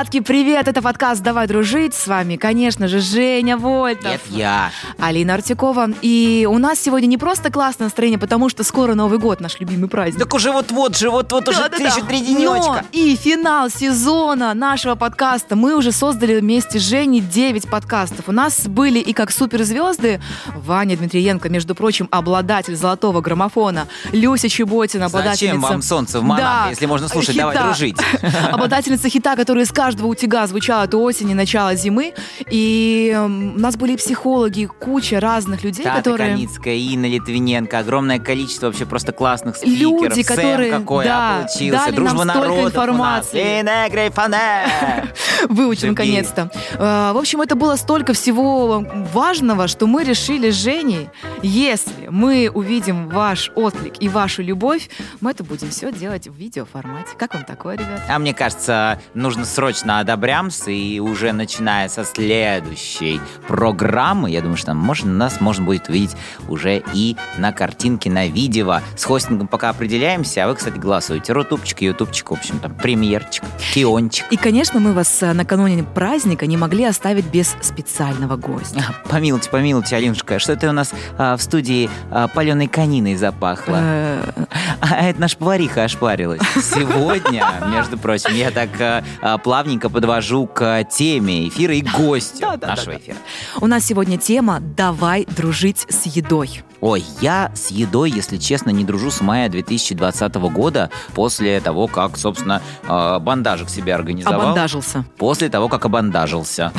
Ребятки, привет! Это подкаст «Давай дружить». С вами, конечно же, Женя Вольтов. Нет, я. Алина Артюкова. И у нас сегодня не просто классное настроение, потому что скоро Новый год, наш любимый праздник. Так уже вот-вот уже еще 3 денечка. Но и финал сезона нашего подкаста. Мы уже создали вместе с Женей 9 подкастов. У нас были и как суперзвезды Ваня Дмитриенко, между прочим, обладатель золотого граммофона, Люся Чеботина, обладательница... Зачем вам солнце в монах, если можно слушать хита. «Давай дружить»? Обладательница хита, который из каждого утюга звучал от осени, начала зимы. И у нас были и психологи, куча разных людей, Тата которые... Каницкая, Инна Литвиненко, огромное количество вообще просто классных спикеров. Люди, которые получился. дали Дружба нам столько народов информации. Выучим, наконец-то. В общем, это было столько всего важного, что мы решили с Женей, если мы увидим ваш отклик и вашу любовь, мы это будем все делать в видеоформате. Как вам такое, ребят? А мне кажется, нужно срочно одобрямся, и уже начиная со следующей программы, я думаю, что нас можно будет увидеть уже и на картинке, на видео. С хостингом пока определяемся, а вы, кстати, голосуете. Рутубчик, ютубчик, в общем, там, премьерчик, киончик. И, конечно, мы вас накануне праздника не могли оставить без специального гостя. Помилуйте, Алинушка, что это у нас в студии паленой кониной запахло? А это наша повариха ошпарилась. Сегодня, между прочим, я так плавненько подвожу к теме эфира и гостю нашего эфира. У нас сегодня тема «Давай дружить с едой». Ой, я с едой, если честно, не дружу с мая 2020 года, после того, как, собственно, бандажик себе организовал. Обандажился. После того, как обандажился.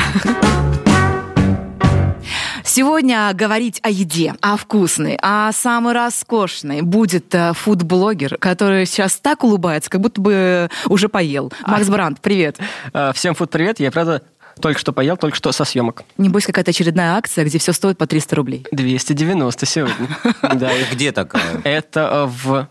Сегодня говорить о еде, о вкусной, о самой роскошной будет фуд-блогер, который сейчас так улыбается, как будто бы уже поел. Макс Брандт, привет. Всем фуд-привет. Я, правда, только что поел, только что со съемок. Небось, какая-то очередная акция, где все стоит по 300 рублей. 290 сегодня. Где такая? Это в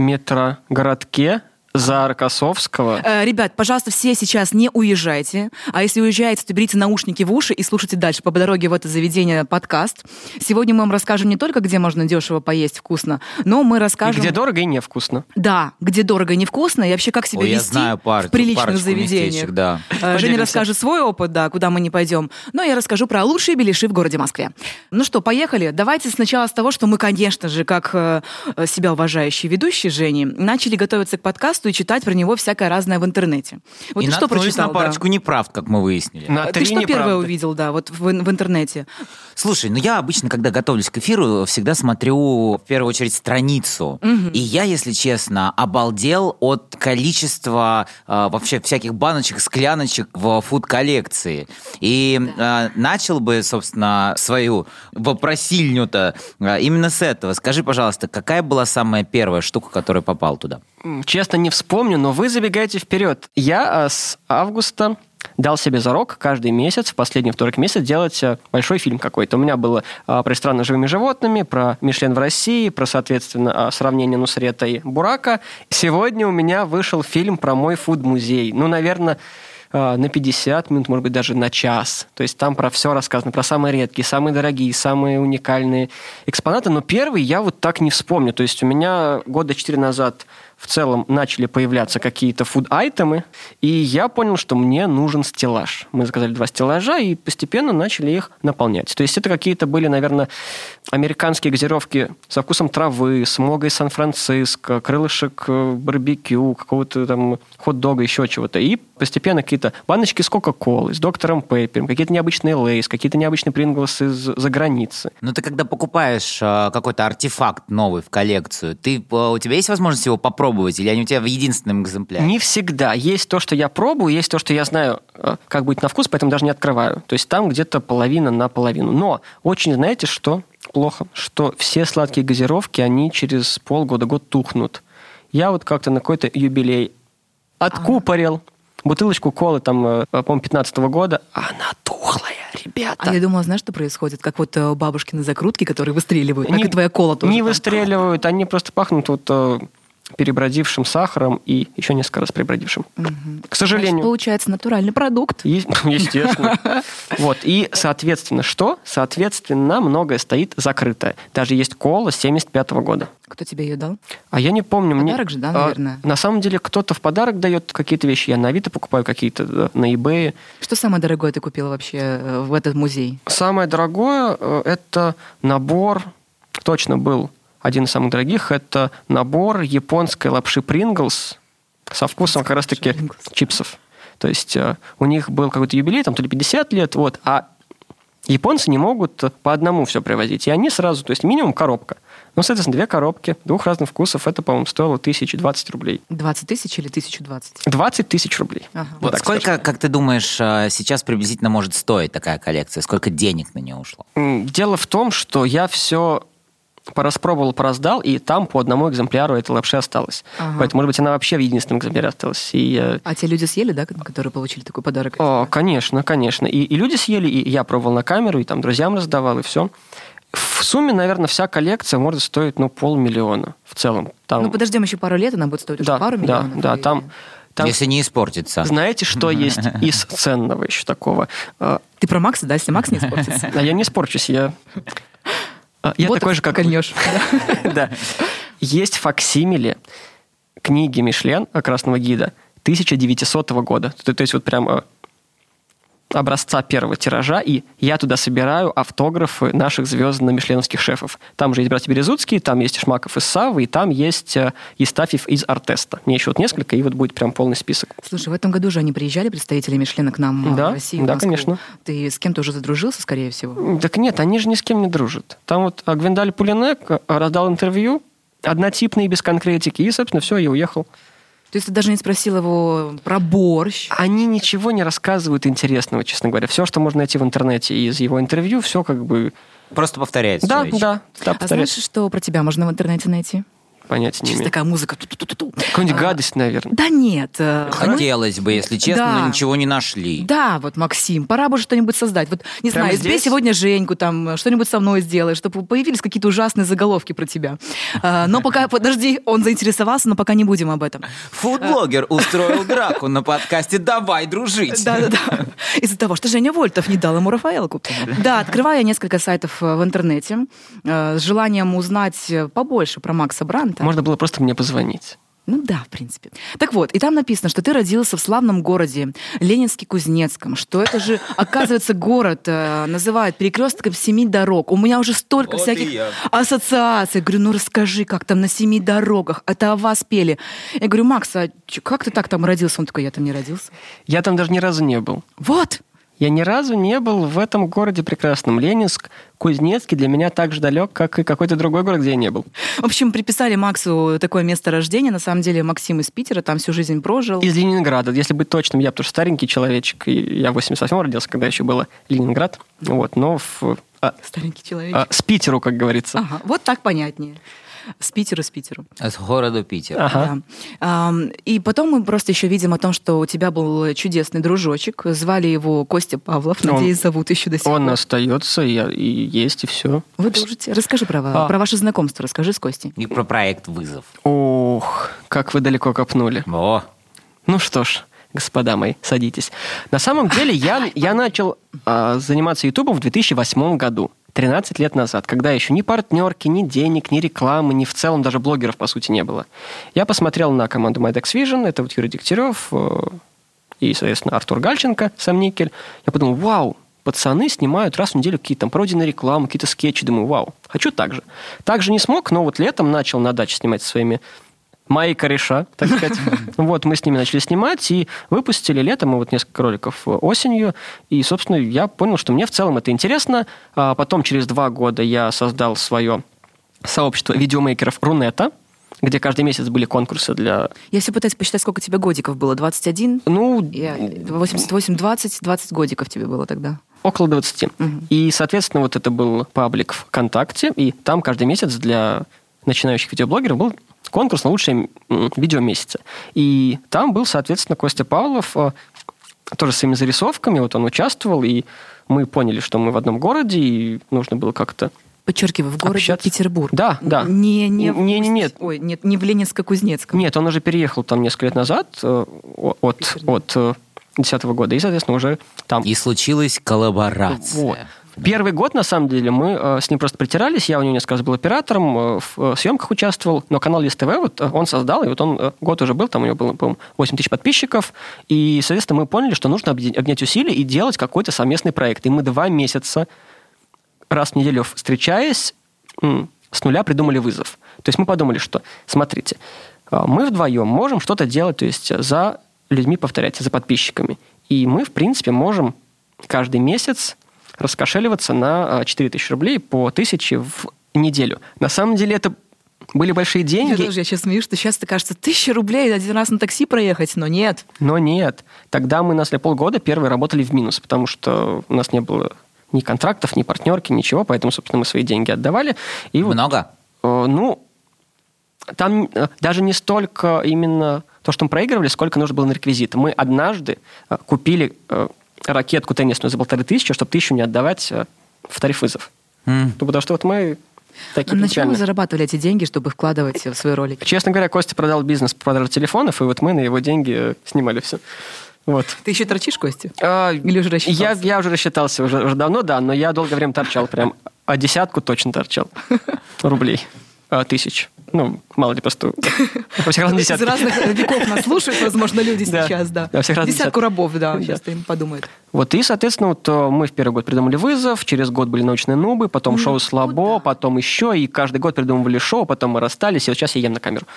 метрогородке за Рокоссовского. Ребят, пожалуйста, все сейчас не уезжайте. А если уезжаете, то берите наушники в уши и слушайте дальше по дороге в это заведение подкаст. Сегодня мы вам расскажем не только, где можно дешево поесть вкусно, но мы расскажем... И где дорого и невкусно. Да, где дорого и невкусно, и вообще как себя вести в приличных заведениях. Да. Женя расскажет свой опыт, да, куда мы не пойдем. Но я расскажу про лучшие беляши в городе Москве. Ну что, поехали? Давайте сначала с того, что мы, конечно же, как себя уважающие ведущие Жени, начали готовиться к подкасту и читать про него всякое разное в интернете. Вот и ты что прочитал? На парочку неправд, как мы выяснили. Ты что первое увидел, да, вот в интернете? Слушай, я обычно, когда готовлюсь к эфиру, всегда смотрю, в первую очередь, страницу. Угу. И я, если честно, обалдел от количества вообще всяких баночек, скляночек в фуд-коллекции. И начал бы, собственно, свою вопросильню-то именно с этого. Скажи, пожалуйста, какая была самая первая штука, которая попала туда? Честно, не вспомню, но вы забегаете вперед. Я с августа дал себе зарок каждый месяц, в последний вторник месяца, делать большой фильм какой-то. У меня было про страны с живыми животными, про Мишлен в России, про, соответственно, сравнение Нусрета и Бурака. Сегодня у меня вышел фильм про мой фуд-музей. Наверное, на 50 минут, может быть, даже на час. То есть там про все рассказано, про самые редкие, самые дорогие, самые уникальные экспонаты. Но первый я вот так не вспомню. То есть у меня 4 года назад в целом начали появляться какие-то фуд-айтемы, и я понял, что мне нужен стеллаж. Мы заказали 2 стеллажа и постепенно начали их наполнять. То есть это какие-то были, наверное, американские газировки со вкусом травы, смога из Сан-Франциско, крылышек барбекю, какого-то там хот-дога, еще чего-то. И постепенно какие-то баночки с Кока-Колой, с доктором Пеппером, какие-то необычные Лейс, какие-то необычные Принглсы из-за границы. Ну, ты когда покупаешь какой-то артефакт новый в коллекцию, у тебя есть возможность его попробовать, или они у тебя в единственном экземпляре? Не всегда. Есть то, что я пробую, есть то, что я знаю, как будет на вкус, поэтому даже не открываю. То есть там где-то половина на половину. Но очень, знаете, что плохо? Что все сладкие газировки, они через полгода-год тухнут. Я вот как-то на какой-то юбилей откупорил бутылочку колы, там, по-моему, 15-го года, а она тухлая, ребята. А я думала, знаешь, что происходит? Как вот бабушкины закрутки, которые выстреливают, как и твоя кола тоже. Не выстреливают, они просто пахнут вот перебродившим сахаром и еще несколько раз перебродившим. К сожалению. Значит, получается натуральный продукт. Естественно. Вот. И, соответственно, что? Соответственно, многое стоит закрытое. Даже есть кола 75-го года. Кто тебе ее дал? А я не помню. Подарок же, да, наверное? На самом деле, кто-то в подарок дает какие-то вещи. Я на Авито покупаю какие-то, на eBay. Что самое дорогое ты купила вообще в этот музей? Самое дорогое – это набор, точно был один из самых дорогих, это набор японской лапши Pringles со вкусом как раз-таки чипсов. То есть у них был какой-то юбилей, там то ли 50 лет, вот, а японцы не могут по одному все привозить. И они сразу, то есть минимум коробка. Ну, соответственно, 2 коробки, 2 разных вкусов, это, по-моему, стоило 1020 рублей. 20 тысяч или 1020? 20 тысяч рублей. Ага. Вот сколько, скажем, как ты думаешь, сейчас приблизительно может стоить такая коллекция? Сколько денег на нее ушло? Дело в том, что я все пораспробовал, пораздал, и там по одному экземпляру этой лапши осталось. Ага. Поэтому, может быть, она вообще в единственном экземпляре осталась. А те люди съели, да, которые получили такой подарок? О, конечно, конечно. И люди съели, и я пробовал на камеру, и там друзьям раздавал, и все. В сумме, наверное, вся коллекция может стоить, 500 000 в целом. Там... подождем еще пару лет, она будет стоить уже пару миллионов. Да, там... Если не испортится. Знаете, что есть из ценного еще такого? Ты про Макса, да? Если Макс не испортится? А я не испорчусь, я такой же, как кольнешь. Да. Есть факсимиле книги Мишлен «Красного гида» 1900 года. То есть вот прям образца первого тиража, и я туда собираю автографы наших звездно-мишленовских шефов. Там же есть братья Березуцкие, там есть Шмаков из Саввы, и там есть Истафьев из Артеста. Мне еще вот несколько, и вот будет прям полный список. Слушай, в этом году же они приезжали, представители Мишлена, к нам в Россию, в Москву. Да, конечно. Ты с кем-то уже задружился, скорее всего? Так нет, они же ни с кем не дружат. Там вот Гвендаль Пулинек раздал интервью, однотипный, без конкретики, и, собственно, все, я уехал. То есть ты даже не спросил его про борщ? Они ничего не рассказывают интересного, честно говоря. Все, что можно найти в интернете из его интервью, все как бы... Просто повторяется. Да, повторяется. А знаешь, что про тебя можно в интернете найти? Понятия не имею. Такая музыка. Какая-нибудь гадость, наверное. Да нет. Хотелось бы, если честно, но ничего не нашли. Да, вот, Максим, пора бы что-нибудь создать. Вот, не знаю, избей сегодня Женьку, там, что-нибудь со мной сделай, чтобы появились какие-то ужасные заголовки про тебя. Но пока, подожди, он заинтересовался, но пока не будем об этом. Фудблогер устроил драку на подкасте «Давай дружить». Да. Из-за того, что Женя Вольтов не дал ему Рафаэлку. Да, открываю я несколько сайтов в интернете с желанием узнать побольше про Макса Бранта. Можно было просто мне позвонить. Ну да, в принципе. Так вот, и там написано, что ты родился в славном городе Ленинске-Кузнецком, что это же, оказывается, город называют перекрестком 7 дорог. У меня уже столько всяких ассоциаций. Говорю, расскажи, как там на 7 дорогах. Это о вас пели. Я говорю, Макс, а как ты так там родился? Он такой, я там не родился. Я там даже ни разу не был. Вот! Я ни разу не был в этом городе прекрасном. Ленинск, Кузнецкий для меня так же далек, как и какой-то другой город, где я не был. В общем, приписали Максу такое место рождения. На самом деле Максим из Питера, там всю жизнь прожил. Из Ленинграда. Если быть точным, я потому что старенький человечек. И я в 88-м родился, когда еще было Ленинград. Вот, но старенький человечек. С Питеру, как говорится. Ага, вот так понятнее. С Питера. С города Питер. Ага. Да. И потом мы просто еще видим о том, что у тебя был чудесный дружочек. Звали его Костя Павлов. Надеюсь, зовут еще до сих пор. Он остается и есть, и все. Вы дружите. Расскажи про ваше знакомство. Расскажи с Костей. И про проект «Вызов». Ох, как вы далеко копнули. О. Ну что ж, господа мои, садитесь. На самом деле я начал заниматься Ютубом в 2008 году. 13 лет назад, когда еще ни партнерки, ни денег, ни рекламы, ни в целом даже блогеров, по сути, не было. Я посмотрел на команду MyDex Vision, это вот Юрий Дегтярев и, соответственно, Артур Гальченко, Сэм Никель. Я подумал, вау, пацаны снимают раз в неделю какие-то там пройденные рекламы, какие-то скетчи. Думаю, вау, хочу так же. Так же не смог, но вот летом начал на даче снимать со своими мои кореша, так сказать. Вот, мы с ними начали снимать и выпустили летом, вот несколько роликов осенью. И, собственно, я понял, что мне в целом это интересно. А потом, через 2 года, я создал свое сообщество видеомейкеров Рунета, где каждый месяц были конкурсы для... Я все пытаюсь посчитать, сколько тебе годиков было. 21? 88, 20 годиков тебе было тогда. Около 20. И, соответственно, вот это был паблик ВКонтакте, и там каждый месяц для начинающих видеоблогеров был конкурс на лучшее видео месяца. И там был, соответственно, Костя Павлов, тоже с своими зарисовками. Вот он участвовал, и мы поняли, что мы в одном городе, и нужно было как-то Подчеркиваю, в городе общаться. Петербург. Да. Нет. Ой, нет, не в Ленинско-Кузнецком. Нет, он уже переехал там несколько лет назад от 2010 года, и, соответственно, уже там. И случилась коллаборация. Вот. Первый год, на самом деле, мы с ним просто притирались. Я у него несколько раз был оператором, в съемках участвовал. Но канал Лист ТВ вот он создал, и вот он год уже был, там у него было, по-моему, 8 тысяч подписчиков. И, соответственно, мы поняли, что нужно объединять усилия и делать какой-то совместный проект. И мы 2 месяца, раз в неделю встречаясь, с нуля придумали вызов. То есть мы подумали, что, смотрите, мы вдвоем можем что-то делать, то есть за людьми, повторяйте, за подписчиками. И мы, в принципе, можем каждый месяц раскошеливаться на 4000 рублей по 1000 в неделю. На самом деле это были большие деньги. Я сейчас смеюсь, что сейчас, кажется, 1000 рублей один раз на такси проехать, но нет. Но нет. Тогда мы на полгода первые работали в минус, потому что у нас не было ни контрактов, ни партнерки, ничего, поэтому, собственно, мы свои деньги отдавали. И Много? Там даже не столько именно то, что мы проигрывали, сколько нужно было на реквизиты. Мы однажды купили ракетку теннисную за 1500, чтобы 1000 не отдавать в тариф вызов. Потому что вот мы такие На чем вы зарабатывали эти деньги, чтобы вкладывать в свои ролики? Честно говоря, Костя продал бизнес по продаже телефонов, и вот мы на его деньги снимали все. Вот. Ты еще торчишь, Костя? Или уже рассчитался? Я уже рассчитался уже давно, да, но я долгое время торчал прям. 10 точно торчал. Рублей. 1000. Мало ли, просто... Из разных веков нас слушают, возможно, люди сейчас, да. 10 рабов, да, сейчас им подумают. Вот, и, соответственно, мы в первый год придумали вызов, через год были научные нубы, потом шоу «Слабо», потом еще, и каждый год придумывали шоу, потом мы расстались, и вот сейчас я ем на камеру.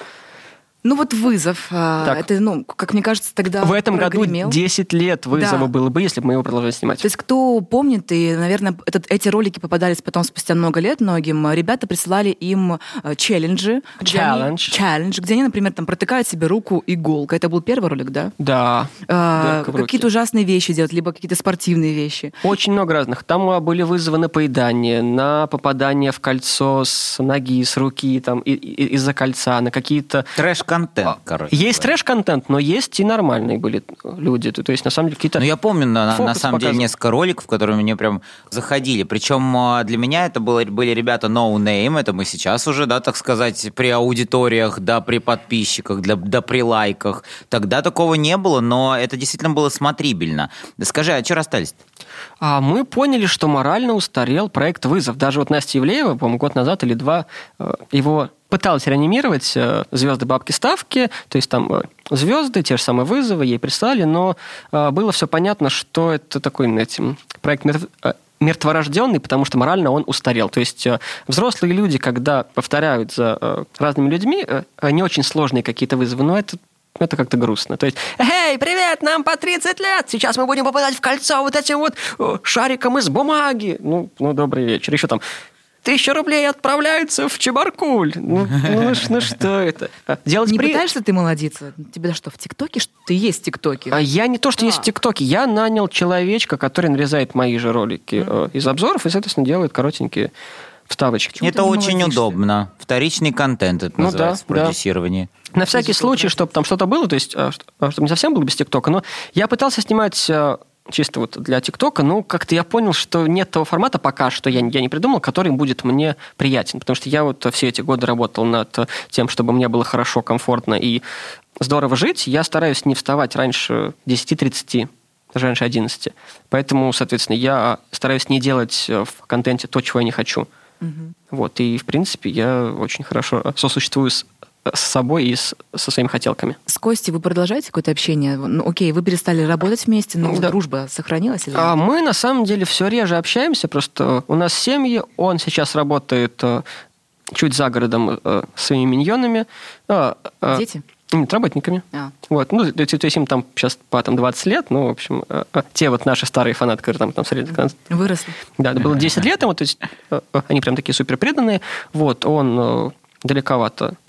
Вызов, это, как мне кажется, тогда в этом прогремел. году 10 лет вызова было бы, если бы мы его продолжали снимать. То есть, кто помнит, и, наверное, эти ролики попадались потом спустя много лет многим, ребята присылали им челленджи. Где они, например, там протыкают себе руку иголкой. Это был первый ролик, да? Да. Какие-то ужасные вещи делать, либо какие-то спортивные вещи. Очень много разных. Там были вызовы на поедание, на попадание в кольцо с ноги, с руки, там, из-за кольца, на какие-то... Трэш-контент, короче. Есть трэш-контент, но есть и нормальные были люди. То есть, на самом деле, какие-то... я помню, на самом деле, несколько роликов, которые мне прям заходили. Причем для меня это были ребята no name, это мы сейчас уже, да, так сказать, при аудиториях, да, при подписчиках, да, при лайках. Тогда такого не было, но это действительно было смотрибельно. Скажи, а что расстались-то? Мы поняли, что морально устарел проект «Вызов». Даже вот Настя Ивлеева, по-моему, год назад или 2, его пыталась реанимировать, «Звезды, бабки, ставки», то есть там звезды, те же самые вызовы ей прислали, но было все понятно, что это такой, проект мертворожденный, потому что морально он устарел. То есть взрослые люди, когда повторяют за разными людьми не очень сложные какие-то вызовы, но это как-то грустно. То есть, «Эй, привет, нам по 30 лет, сейчас мы будем попадать в кольцо вот этим вот шариком из бумаги». Добрый вечер. Еще там 1000 рублей отправляются в Чебаркуль. Что это? Не пытаешься ты молодиться? Тебе что, в ТикТоке? Ты есть в ТикТоке? Я не то, что есть в ТикТоке. Я нанял человечка, который нарезает мои же ролики из обзоров и, соответственно, делает коротенькие вставочки. Это очень удобно. Вторичный контент это называется в продюсировании. На всякий случай, чтобы там что-то было, то есть, чтобы не совсем было без ТикТока, но я пытался снимать чисто вот для ТикТока, как-то я понял, что нет того формата пока что, я не придумал, который будет мне приятен, потому что я вот все эти годы работал над тем, чтобы мне было хорошо, комфортно и здорово жить. Я стараюсь не вставать раньше 10-30, даже раньше 11. Поэтому, соответственно, я стараюсь не делать в контенте то, чего я не хочу. Вот, и, в принципе, я очень хорошо сосуществую с собой и со своими хотелками. С Костей вы продолжаете какое-то общение? Окей, вы перестали работать вместе, но дружба сохранилась? Или нет? Мы, на самом деле, все реже общаемся, просто у нас семьи, он сейчас работает чуть за городом своими миньонами. Дети? Нет, работниками. Вот. То есть им там сейчас по 20 лет, в общем, те вот наши старые фанаты, которые там среди... Выросли. Да, это было 10 лет ему, то есть они прям такие супер преданные. Вот, он далековато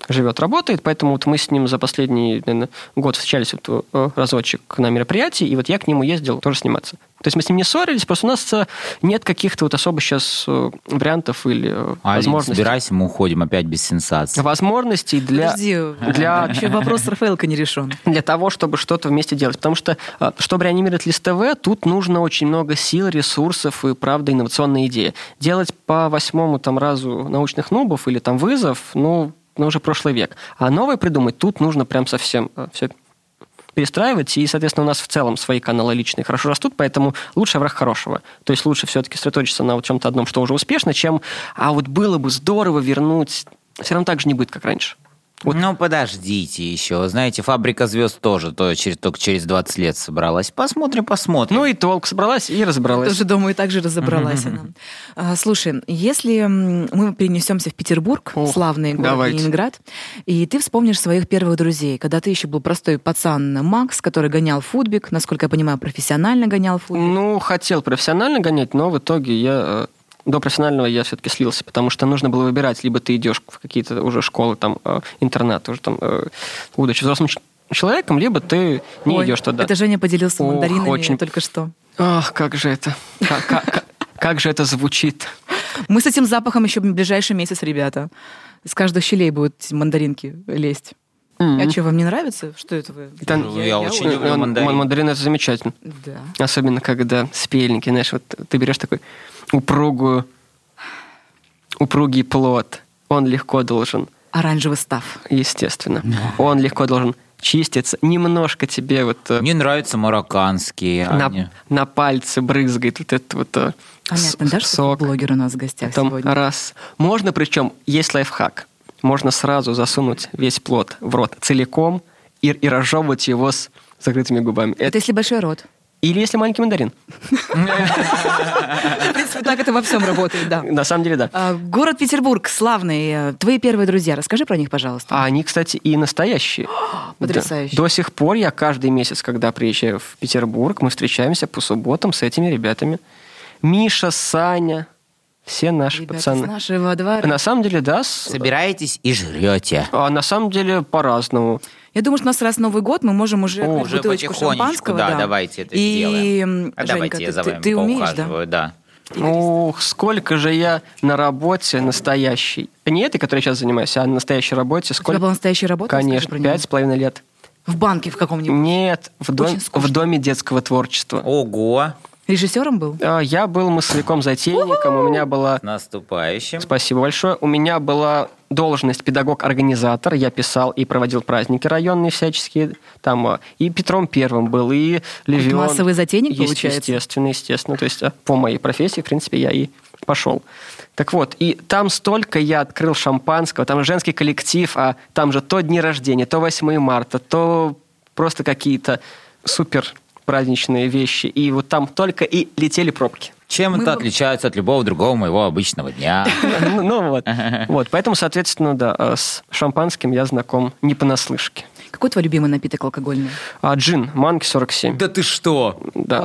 живет, работает, поэтому вот мы с ним за последний, наверное, год встречались разочек на мероприятии, и вот я к нему ездил тоже сниматься. То есть мы с ним не ссорились, просто у нас нет каких-то вот особо сейчас вариантов или возможностей. Собирайся, мы уходим опять без сенсаций. Возможностей Вообще вопрос с Рафаэлкой не решен. Для того, чтобы что-то вместе делать. Потому что, чтобы реанимировать Лист ТВ, тут нужно очень много сил, ресурсов и, правда, инновационные идеи. Делать по 8-му разу научных нубов или вызов, уже прошлый век. А новое придумать тут нужно прям совсем все перестраивать, и, соответственно, у нас в целом свои каналы личные хорошо растут, поэтому лучше враг хорошего. То есть лучше все-таки сосредоточиться на чем-то одном, что уже успешно, чем вот было бы здорово вернуть. Все равно так же не будет, как раньше. Вот. Подождите еще. Знаете, «Фабрика звезд» тоже только через 20 лет собралась. Посмотрим. И толк собралась, и разобралась. Тоже, думаю, так же разобралась она. Слушай, если мы перенесемся в Петербург, славный город Ленинград, и ты вспомнишь своих первых друзей, когда ты еще был простой пацан Макс, который гонял футбик, насколько я понимаю, профессионально гонял футбик. Хотел профессионально гонять, но в итоге я... До профессионального я все-таки слился, потому что нужно было выбирать, либо ты идешь в какие-то уже школы, интернаты, уже будучи взрослым человеком, либо ты не идешь туда. Это Женя поделился мандаринами только что. Ах, как же это... Как же это звучит. Мы с этим запахом еще в ближайший месяц, ребята. Из каждых щелей будут мандаринки лезть. А что, вам не нравится? Что это вы? Я очень люблю мандарин. Мандарин — это замечательно. Да. Особенно, когда спельники, знаешь, вот ты берешь такой упругий плод. Он легко должен... Оранжевый став. Естественно. Он легко должен чиститься. Немножко тебе Мне нравятся марокканские. На пальцы брызгает вот этот Понятно, да, что блогер у нас в гостях сегодня? Раз. Можно, причем, есть лайфхак. Можно сразу засунуть весь плод в рот целиком и разжевывать его с закрытыми губами. Это если большой рот. Или если маленький мандарин. В принципе, так это во всем работает, да. На самом деле, да. Город Петербург славный. Твои первые друзья. Расскажи про них, пожалуйста. А они, кстати, и настоящие. Потрясающе. До сих пор я каждый месяц, когда приезжаю в Петербург, мы встречаемся по субботам с этими ребятами. Миша, Саня, все наши ребята пацаны. С нашего двора. На самом деле, да. Собираетесь и жрете. А на самом деле по-разному. Я думаю, что у нас раз Новый год, мы можем уже бутылочку шампанского. Да, давайте это сделаем. Давайте я за вами ты умеешь, да? Ух, сколько же я на работе настоящей. Не этой, которой я сейчас занимаюсь, а на настоящей работе. У тебя была настоящая работа? Конечно, 5,5 лет. В банке в каком-нибудь? Нет, в доме детского творчества. Ого! Режиссером был? Я был мысляком-затейником. У меня была... С наступающим. Спасибо большое. У меня была должность педагог-организатор. Я писал и проводил праздники районные всяческие. Там и Петром Первым был, и Левион. Массовый затейник, получается? Естественно. То есть по моей профессии, в принципе, я и пошел. Так вот, и там столько я открыл шампанского, там женский коллектив, а там же то дни рождения, то 8 марта, то просто какие-то супер праздничные вещи. И вот там только и летели пробки. Чем это отличается от любого другого моего обычного дня? Вот. Поэтому, соответственно, да, с шампанским я знаком не понаслышке. Какой твой любимый напиток алкогольный? Джин, Манки 47. Да ты что? Да.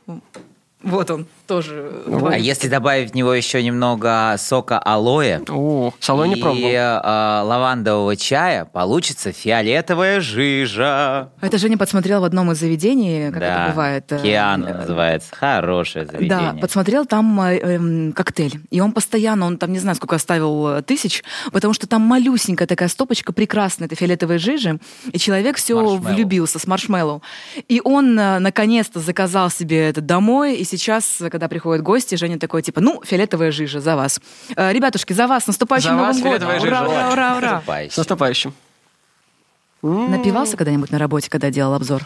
Вот он, тоже. А если добавить в него еще немного сока алоэ с алоэ не пробовал. И лавандового чая, получится фиолетовая жижа. Это Женя подсмотрел в одном из заведений, как это бывает. Киана называется. Хорошее заведение. Да, подсмотрел там коктейль. И он постоянно, он там не знаю, сколько оставил тысяч, потому что там малюсенькая такая стопочка прекрасная, это фиолетовой жижи, и человек все влюбился с маршмеллоу. И он наконец-то заказал себе это домой, и сейчас, когда приходят гости, Женя такой, типа, фиолетовая жижа за вас. Ребятушки, за вас, с наступающим Новым годом. Ура. С наступающим. Напивался когда-нибудь на работе, когда делал обзор?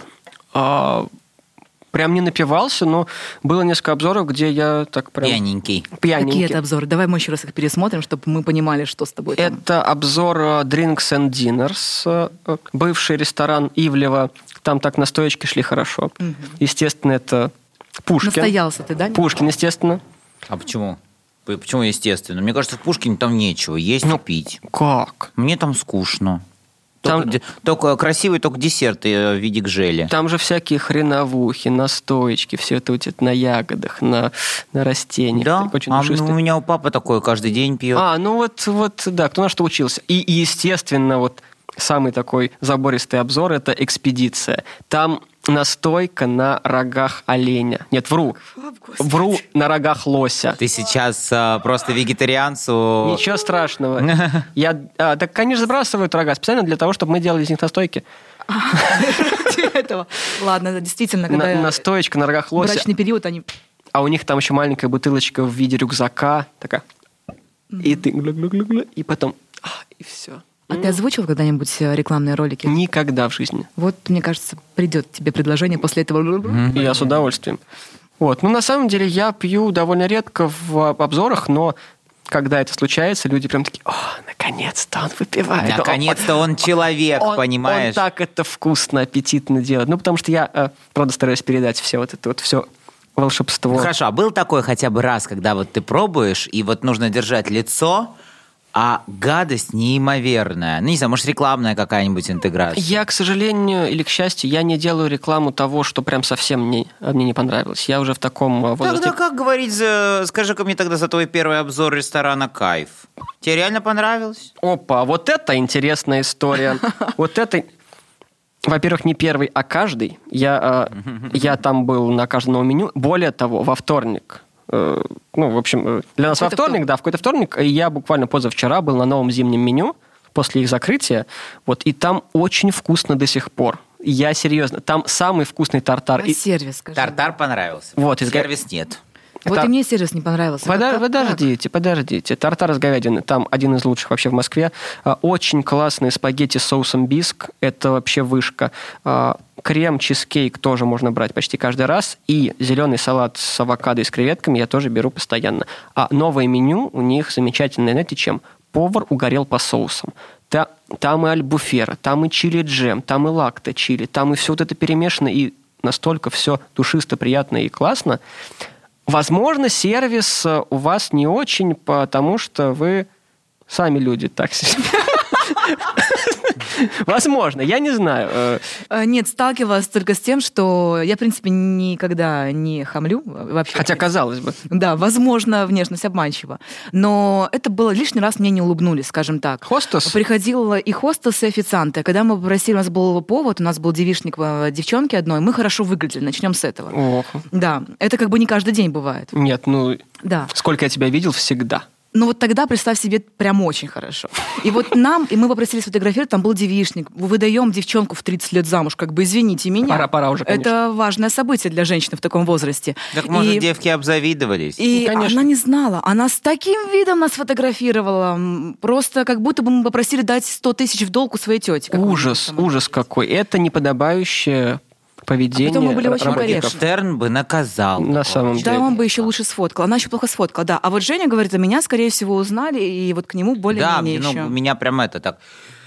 Прям не напивался, но было несколько обзоров, где я так прям... Пьяненький. Какие это обзоры? Давай мы еще раз их пересмотрим, чтобы мы понимали, что с тобой там. Это обзор Drinks and Dinners, бывший ресторан Ивлева. Там так настоечки шли хорошо. Угу. Естественно, это Пушкин. Настоялся ты, да? Пушкин, естественно. А почему? Почему естественно? Мне кажется, в Пушкине там нечего есть и пить. Как? Мне там скучно. Только красивый только десерт в виде гжели. Там же всякие хреновухи, настоечки, все это вот на ягодах, на растениях. Да, очень у меня у папы такое каждый день пьет. Да, кто на что учился. И, естественно, вот самый такой забористый обзор – это экспедиция. Там настойка на рогах оленя. Нет, вру, на рогах лося. Ты сейчас просто вегетарианцу... Ничего страшного. Так, конечно, сбрасывают рога специально для того, чтобы мы делали из них настойки. Ладно, действительно, когда... Настоечка на рогах лося. Брачный период они... А у них там еще маленькая бутылочка в виде рюкзака. Такая. И ты... И потом... И все. А ты озвучил когда-нибудь рекламные ролики? Никогда в жизни. Вот, мне кажется, придет тебе предложение после этого. Я с удовольствием. Вот. На самом деле, я пью довольно редко в обзорах, но когда это случается, люди прям такие: наконец-то он выпивает. Наконец-то он человек, понимаешь? Он так это вкусно, аппетитно делает. Потому что я, правда, стараюсь передать все вот это вот все волшебство. Хорошо, а был такой хотя бы раз, когда вот ты пробуешь, и вот нужно держать лицо, а гадость неимоверная. Не знаю, может, рекламная какая-нибудь интеграция? Я, к сожалению, или к счастью, я не делаю рекламу того, что прям совсем мне не понравилось. Я уже в таком возрасте... Тогда как говорить, скажи-ка мне тогда за твой первый обзор ресторана «Кайф». Тебе реально понравилось? Опа, вот это интересная история. Вот это... Во-первых, не первый, а каждый. Я там был на каждом новом меню. Более того, во вторник... в общем, для нас во вторник, да, в какой-то вторник, я буквально позавчера был на новом зимнем меню после их закрытия, вот, и там очень вкусно до сих пор. Я серьезно, там самый вкусный тартар. Сервис, скажи. Тартар понравился. Вот, сервис нет. Вот и мне сервис не понравился. Подождите. Тартар с говядины, там один из лучших вообще в Москве. Очень классные спагетти с соусом биск, это вообще вышка. Крем-чизкейк тоже можно брать почти каждый раз. И зеленый салат с авокадо и с креветками я тоже беру постоянно. А новое меню у них замечательное, знаете чем? Повар угорел по соусам. Там и альбуфера, там и чили-джем, там и лакто-чили, там и все вот это перемешано, и настолько все душисто, приятно и классно. Возможно, сервис у вас не очень, потому что вы сами люди так себе. Возможно, я не знаю. Нет, сталкивалась только с тем, что я, в принципе, никогда не хамлю вообще. Хотя, казалось бы. Да, возможно, внешность обманчива. Но это было лишний раз, мне не улыбнулись, скажем так. Хостес? Приходила и хостес, и официанты. Когда мы попросили, у нас был повод, у нас был девичник девчонки одной, мы хорошо выглядели, начнем с этого. Ох. Да, это как бы не каждый день бывает. Нет, да. Сколько я тебя видел, всегда. Ну вот тогда, представь себе, прям очень хорошо. И вот и мы попросили сфотографировать, там был девичник. Выдаем девчонку в 30 лет замуж, как бы, извините меня. Пора уже, конечно. Это важное событие для женщины в таком возрасте. Так, может, девки обзавидовались? И она не знала. Она с таким видом нас фотографировала. Просто как будто бы мы попросили дать 100 тысяч в долг у своей тети. Ужас какой. Это неподобающее поведение. А потом мы были очень корректны. Штерн бы наказал. На самом деле. Да, он бы еще лучше сфоткал. Она еще плохо сфоткала, да. А вот Женя говорит, меня, скорее всего, узнали, и вот к нему более-менее еще. Да, меня прям это так...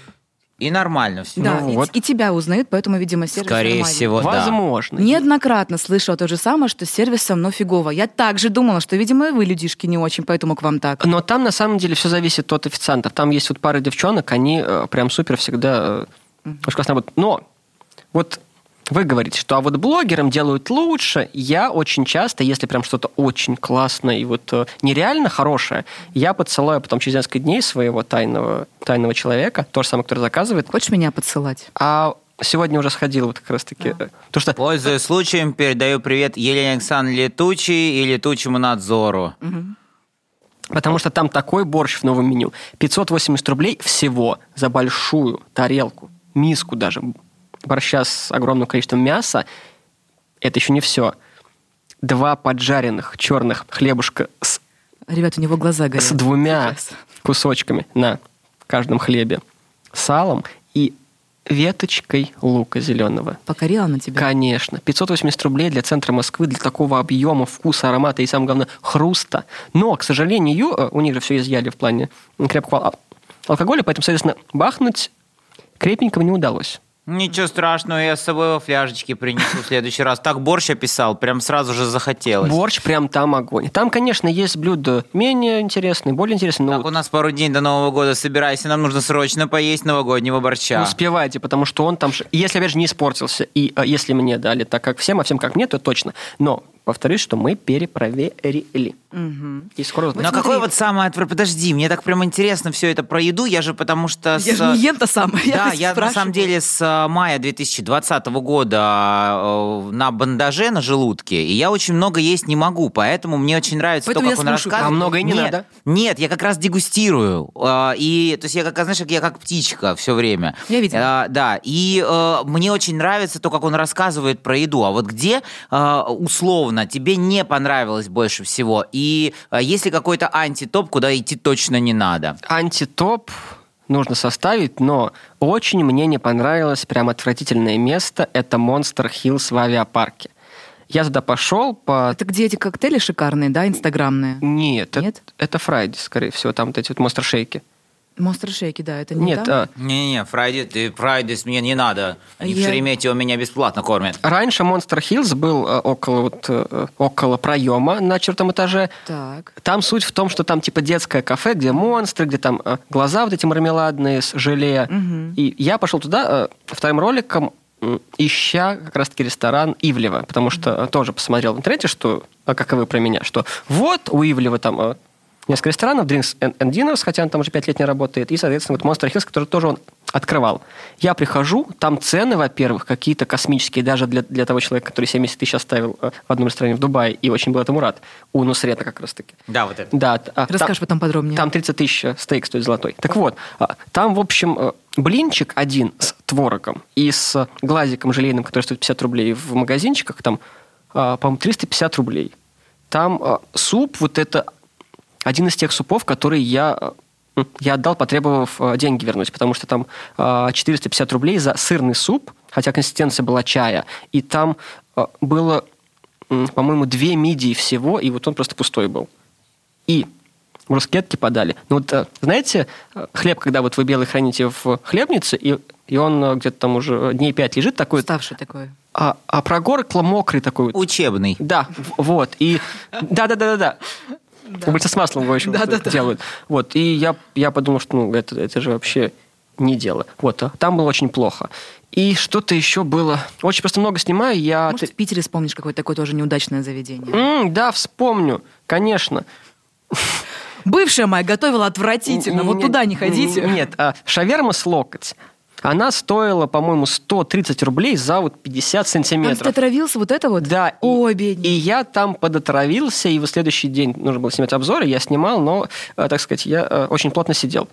И нормально все. Да, и тебя узнают, поэтому, видимо, сервис скорее нормальный. всего, да. Возможно. Неоднократно слышала то же самое, что сервис со мной фигово. Я также думала, что, видимо, и вы, людишки, не очень, поэтому к вам так. Но там, на самом деле, все зависит от официантов. Там есть вот пара девчонок, они прям супер всегда очень классно работают. Но вот вы говорите, что вот блогерам делают лучше. Я очень часто, если прям что-то очень классное и вот нереально хорошее, я подсылаю потом через несколько дней своего тайного человека, то же самое, который заказывает. Хочешь меня подсылать? А сегодня уже сходил вот как раз-таки. Пользуясь случаем, передаю привет Елене Александровне Летучей и Летучему надзору. Потому что там такой борщ в новом меню. 580 рублей всего за большую тарелку, миску даже, борща с огромным количеством мяса. Это еще не все. 2 поджаренных черных хлебушка Ребят, у него глаза горят. с 2 кусочками на каждом хлебе, салом и веточкой лука зеленого. Покорила она тебя? Конечно. 580 рублей для центра Москвы, для такого объема, вкуса, аромата и, самое главное, хруста. Но, к сожалению, у них же все изъяли в плане крепкого алкоголя, поэтому, соответственно, бахнуть крепенького не удалось. Ничего страшного, я с собой во фляжечке принесу в следующий раз. Так борщ описал, прям сразу же захотелось. Борщ прям там огонь. Там, конечно, есть блюда менее интересные, более интересные. Но... Так, у нас пару дней до Нового года, собирайся, нам нужно срочно поесть новогоднего борща. Успевайте, потому что он там... Если, опять же, не испортился, и если мне дали так, как всем, а всем как мне, то точно. Но повторюсь, что мы перепроверили. Угу. И скоро узнаем. Но какой вот самый подожди, мне так прям интересно все это про еду, я же потому что... Я же не ем-то сам. Да, я на самом деле с мая 2020 года на бандаже, на желудке, и я очень много есть не могу, поэтому мне очень нравится Поэтому то, как он рассказывает. А много и не надо. Нет, я как раз дегустирую. И, то есть я, знаешь, я как птичка все время. Я видела. Да, и мне очень нравится то, как он рассказывает про еду. А вот где, условно, тебе не понравилось больше всего? И есть ли какой-то антитоп, куда идти точно не надо? Антитоп нужно составить, но очень мне не понравилось прям отвратительное место. Это Monster Hills в авиапарке. Я туда пошел по... Это где эти коктейли шикарные, да, инстаграмные? Нет? Это Фрайди, скорее всего, там вот эти вот монстр-шейки. Монстр-шейки, да, это не Нет, там? Не-не-не, Фрайдис мне не надо. Они в Шереметьево меня бесплатно кормят. Раньше Monster Hills был около проема на 4 этаже. Так. Там суть в том, что там типа детское кафе, где монстры, где там глаза вот эти мармеладные с желе. Угу. И я пошел туда вторым роликом, ища как раз-таки ресторан Ивлева, потому что тоже посмотрел в интернете, что, как и вы про меня, что вот у Ивлева там... несколько ресторанов, Drinks and Dinners, хотя он там уже 5 лет не работает, и, соответственно, вот Monster Hills, который тоже он открывал. Я прихожу, там цены, во-первых, какие-то космические, даже для того человека, который 70 тысяч оставил в одном ресторане в Дубае, и очень был этому рад, у Нусрета как раз-таки. Да, вот это. Да, Расскажешь потом подробнее. Там 30 тысяч стейк стоит золотой. Так вот, там, в общем, блинчик один с творогом и с глазиком желейным, который стоит 50 рублей в магазинчиках, там, по-моему, 350 рублей. Там суп, вот это... один из тех супов, которые я отдал, потребовав деньги вернуть, потому что там 450 рублей за сырный суп, хотя консистенция была чая, и там было, по-моему, 2 мидии всего, и вот он просто пустой был. И брускетки подали. Ну вот, знаете, хлеб, когда вот вы белый храните в хлебнице, и он где-то там уже дней 5 лежит такой... Уставший такой. А прогоркло мокрый такой. Учебный. Да, вот. И да. Обычно с маслом его еще делают. Вот. И я подумал, что это же вообще не дело. Вот. Там было очень плохо. И что-то еще было. Очень просто много снимаю. Может, в Питере вспомнишь какое-то такое тоже неудачное заведение? Да, вспомню. Конечно. Бывшая моя готовила отвратительно. Вот туда не ходите. Нет, шаверма с локоть. Она стоила, по-моему, 130 рублей за вот 50 сантиметров. Там ты отравился, вот это вот? Да. Ой, бедный. И я там подотравился, и в следующий день нужно было снимать обзоры, я снимал, но, так сказать, я очень плотно сидел.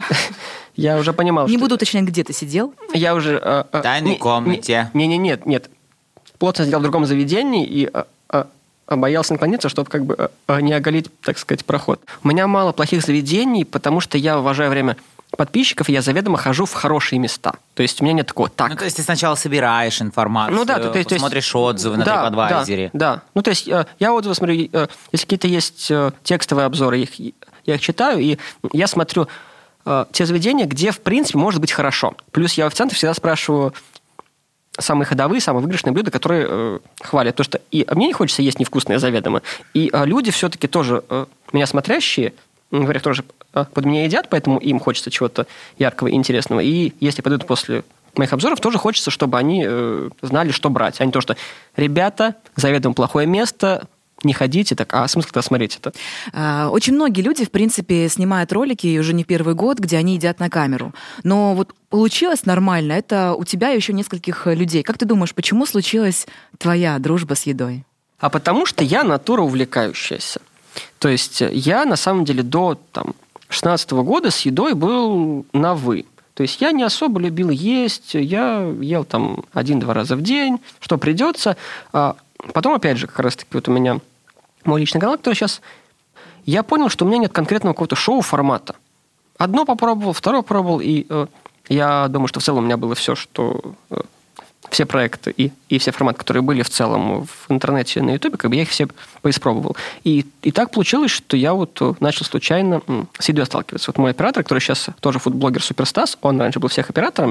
Я уже понимал, Не буду уточнять, где ты сидел. Я уже... В тайной комнате. Нет. Плотно сидел в другом заведении и боялся наклониться, чтобы как бы не оголить, так сказать, проход. У меня мало плохих заведений, потому что я уважаю время подписчиков, и я заведомо хожу в хорошие места. То есть у меня нет такого так. Ну, то есть ты сначала собираешь информацию, смотришь отзывы на TripAdvisor. Да. Ну, то есть я отзывы смотрю, если какие-то есть текстовые обзоры, я их читаю, и я смотрю те заведения, где, в принципе, может быть хорошо. Плюс я у официантов всегда спрашиваю самые ходовые, самые выигрышные блюда, которые хвалят. Потому что и мне не хочется есть невкусное заведомо. И люди все-таки тоже, меня смотрящие, говорят, тоже под меня едят, поэтому им хочется чего-то яркого и интересного. И если пойдут после моих обзоров, тоже хочется, чтобы они знали, что брать. А не то, что ребята, заведомо плохое место, не ходите, так, а смысл тогда смотреть это? Очень многие люди, в принципе, снимают ролики, и уже не первый год, где они едят на камеру. Но вот получилось нормально, это у тебя и еще нескольких людей. Как ты думаешь, почему случилась твоя дружба с едой? А потому что я натура увлекающаяся. То есть я, на самом деле, до 16 года с едой был на «вы». То есть я не особо любил есть, я ел 1-2 раза в день, что придется. Потом, опять же, как раз-таки вот у меня мой личный канал, который сейчас... Я понял, что у меня нет конкретного какого-то шоу-формата. Одно попробовал, второе попробовал, и я думаю, что в целом у меня было все, что... Все проекты и все форматы, которые были в целом в интернете, на Ютубе, как бы я их все поиспробовал. И так получилось, что я вот начал случайно с едой сталкиваться. Вот мой оператор, который сейчас тоже фудблогер Суперстас, он раньше был всех оператором,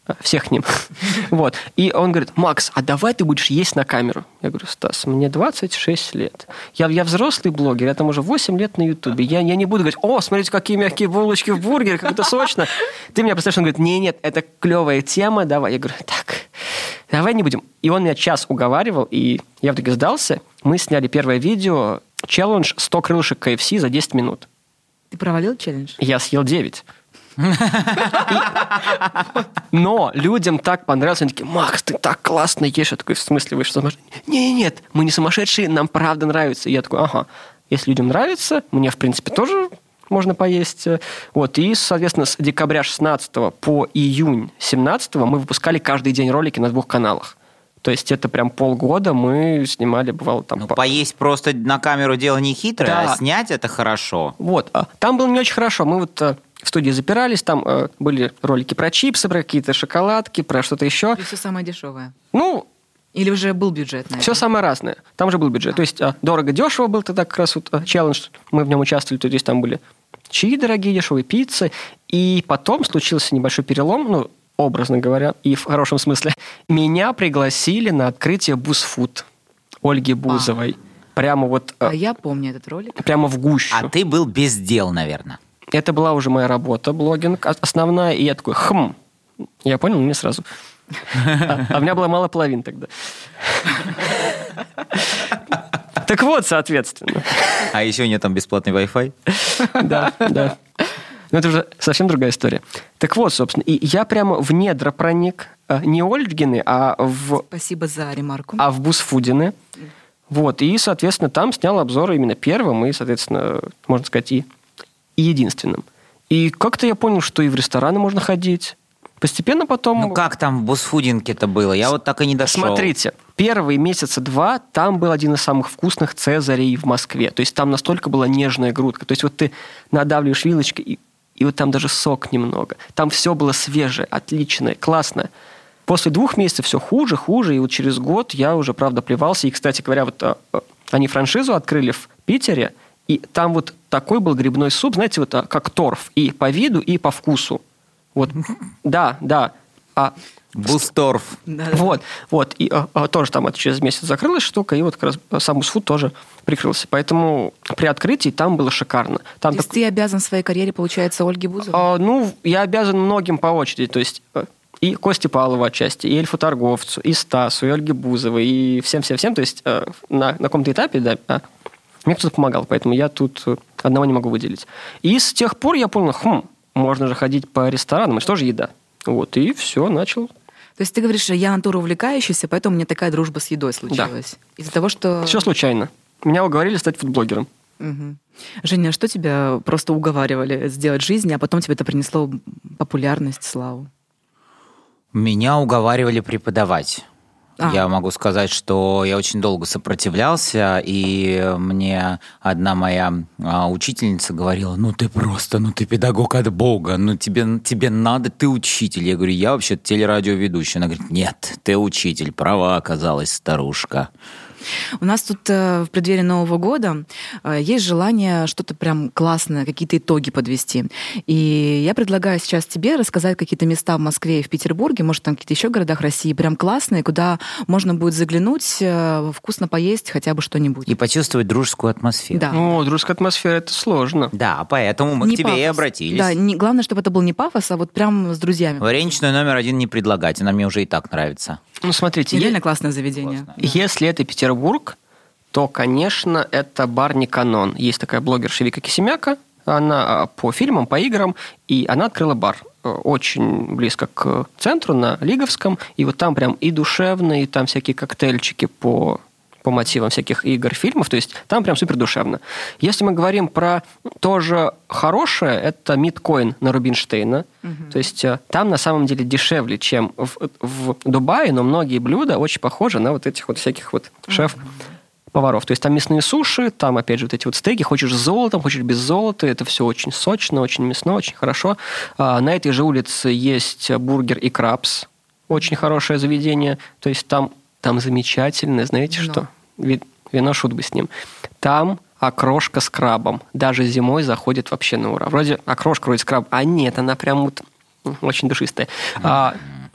всех ним. Вот. И он говорит: Макс, а давай ты будешь есть на камеру. Я говорю: Стас, мне 26 лет. Я взрослый блогер, я там уже 8 лет на Ютубе. Я не буду говорить: о, смотрите, какие мягкие булочки в бургере, как это сочно. Ты меня представляешь, он говорит: нет, это клевая тема, давай. Я говорю: так, давай не будем. И он меня час уговаривал, и я в итоге сдался. Мы сняли первое видео, челлендж 100 крылышек KFC за 10 минут. Ты провалил челлендж? Я съел 9. Но людям так понравилось. Они такие: Макс, ты так классно ешь. Я такой: в смысле, вы что, сумасшедшие? Нет, мы не сумасшедшие, нам правда нравится. И я такой: ага, если людям нравится, мне, в принципе, тоже можно поесть. Вот. И, соответственно, с декабря 16 по июнь 17 мы выпускали каждый день ролики на 2 каналах. То есть это прям полгода мы снимали, бывало там... Поесть просто на камеру дело не хитрое, да. А снять это хорошо. Вот. Там было не очень хорошо. Мы вот в студии запирались, там были ролики про чипсы, про какие-то шоколадки, про что-то еще. И все самое дешевое. Ну... Или уже был бюджет на это? Все самое разное. Там уже был бюджет. То есть дорого-дешево был тогда как раз вот челлендж. Мы в нем участвовали. То есть там были чаи дорогие, дешевые, пиццы. И потом случился небольшой перелом, ну, образно говоря, и в хорошем смысле. Меня пригласили на открытие Бузфуд Ольги Бузовой. Прямо вот... я помню этот ролик. Прямо в гущу. А ты был без дел, наверное. Это была уже моя работа, блогинг основная. И я такой: Я понял, но не сразу. А у меня было мало половин тогда. Так вот, соответственно. А еще нет там бесплатный Wi-Fi? Да. Но это уже совсем другая история. Так вот, собственно, и я прямо в недра проник. Не Ольгины, а в... Спасибо за ремарку. А в Бузфудины. Вот, и, соответственно, там снял обзоры именно первым и, соответственно, можно сказать, и единственным. И как-то я понял, что и в рестораны можно ходить. Постепенно потом... Ну как там в Бузфудинке-то было? Я вот так и не дошел. Смотрите, первые месяца 2 там был один из самых вкусных цезарей в Москве. То есть там настолько была нежная грудка. То есть вот ты надавливаешь вилочкой, и вот там даже сок немного. Там все было свежее, отличное, классное. После 2 месяцев все хуже, и вот через год я уже, правда, плевался. И, кстати говоря, вот они франшизу открыли в Питере, и там вот такой был грибной суп, знаете, вот как торф, и по виду, и по вкусу. Вот, да. Бусторф. Вот. И тоже там это через месяц закрылась штука, и вот как раз сам Бузфуд тоже прикрылся. Поэтому при открытии там было шикарно. Там то есть ты обязан в своей карьере, получается, Ольге Бузовой? Ну, я обязан многим по очереди. То есть и Косте Павлову отчасти, и Эльфу Торговцу, и Стасу, и Ольге Бузовой, и всем-всем-всем. То есть на каком-то этапе, да, мне кто-то помогал, поэтому я тут одного не могу выделить. И с тех пор я понял, можно же ходить по ресторанам, это же тоже еда. Вот, и все, начал. То есть ты говоришь, я натура увлекающаяся, поэтому у меня такая дружба с едой случилась. Да. Из-за того, что... Все случайно. Меня уговорили стать фудблогером. Угу. Женя, что тебя просто уговаривали сделать в жизни, а потом тебе это принесло популярность, славу? Меня уговаривали преподавать. Я могу сказать, что я очень долго сопротивлялся, и мне одна моя учительница говорила: ты педагог от Бога, тебе надо, ты учитель. Я говорю: я вообще телерадиоведущий. Она говорит: нет, ты учитель, права оказалась старушка. У нас тут в преддверии Нового года есть желание что-то прям классное, какие-то итоги подвести. И я предлагаю сейчас тебе рассказать какие-то места в Москве и в Петербурге, может, там какие-то еще городах России, прям классные, куда можно будет заглянуть, вкусно поесть хотя бы что-нибудь. И почувствовать дружескую атмосферу. Да. Дружеская атмосфера — это сложно. Да, поэтому мы к тебе пафос. И обратились. Да, главное, чтобы это был не пафос, а вот прям с друзьями. Вареничную номер 1 не предлагать, она мне уже и так нравится. Смотрите, реально классное заведение. Классно. Если это Петербург, то, конечно, это бар «Никанон». Есть такая блогерша Вика Кисемяка, она по фильмам, по играм, и она открыла бар очень близко к центру, на Лиговском, и вот там прям и душевно, и там всякие коктейльчики по мотивам всяких игр, фильмов, то есть там прям супер душевно. Если мы говорим про тоже хорошее, это Мидкоин на Рубинштейна. То есть там на самом деле дешевле, чем в Дубае, но многие блюда очень похожи на вот этих вот всяких вот шеф-поваров. То есть там мясные суши, там опять же вот эти вот стейки, хочешь с золотом, хочешь без золота, это все очень сочно, очень мясно, очень хорошо. На этой же улице есть бургер и крабс, очень хорошее заведение, то есть там замечательно, знаете что? Вино, шут бы с ним. Там окрошка с крабом. Даже зимой заходит вообще на ура. Вроде окрошка, вроде с крабом. А нет, она прям вот очень душистая.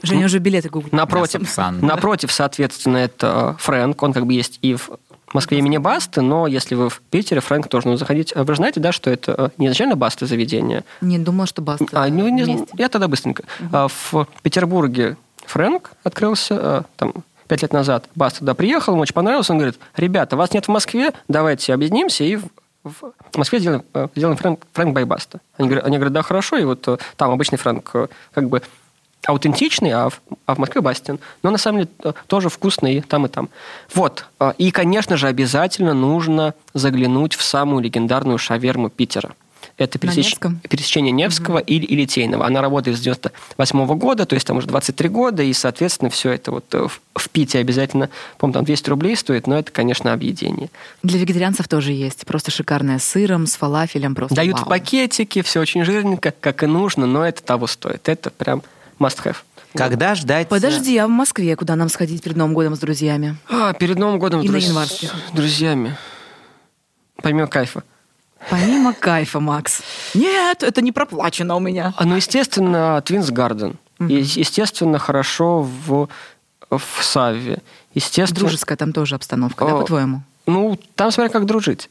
Женя уже билеты гуглит. Напротив, соответственно, это Фрэнк. Он как бы есть и в Москве имени Басты, но если вы в Питере, Фрэнк тоже нужно заходить. Вы же знаете, да, что это не изначально Басты заведение? Не, думала, что Баста. Я тогда быстренько. В Петербурге Фрэнк открылся там 5 лет назад. Баста туда приехал, ему очень понравилось. Он говорит: ребята, вас нет в Москве, давайте объединимся и в Москве сделаем Фрэнк бай Баста. Они говорят, да, хорошо. И вот там обычный Фрэнк как бы аутентичный, а в Москве Бастин. Но на самом деле тоже вкусный и там, и там. Вот. И, конечно же, обязательно нужно заглянуть в самую легендарную шаверму Питера. Это пересечение Невского и Литейного. Она работает с 98 года, то есть там уже 23 года, и, соответственно, все это вот в Пите обязательно, по-моему, там 200 рублей стоит, но это, конечно, объедение. Для вегетарианцев тоже есть. Просто шикарная с сыром, с фалафелем. Просто дают в пакетике, все очень жирненько, как и нужно, но это того стоит. Это прям must have. Когда ждать? Подожди, а в Москве куда нам сходить перед Новым годом с друзьями? Перед Новым годом и на январских. С друзьями. Помимо кайфа. Помимо кайфа, Макс. Нет, это не проплачено у меня. Ну, естественно, Твинс Гарден. Естественно, хорошо в Савве. Естественно... Дружеская там тоже обстановка, да, по-твоему? Ну, там смотря как дружить.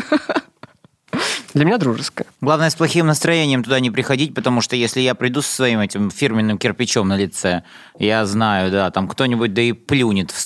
Для меня дружеская. Главное, с плохим настроением туда не приходить, потому что если я приду со своим этим фирменным кирпичом на лице, я знаю, да, там кто-нибудь да и плюнет в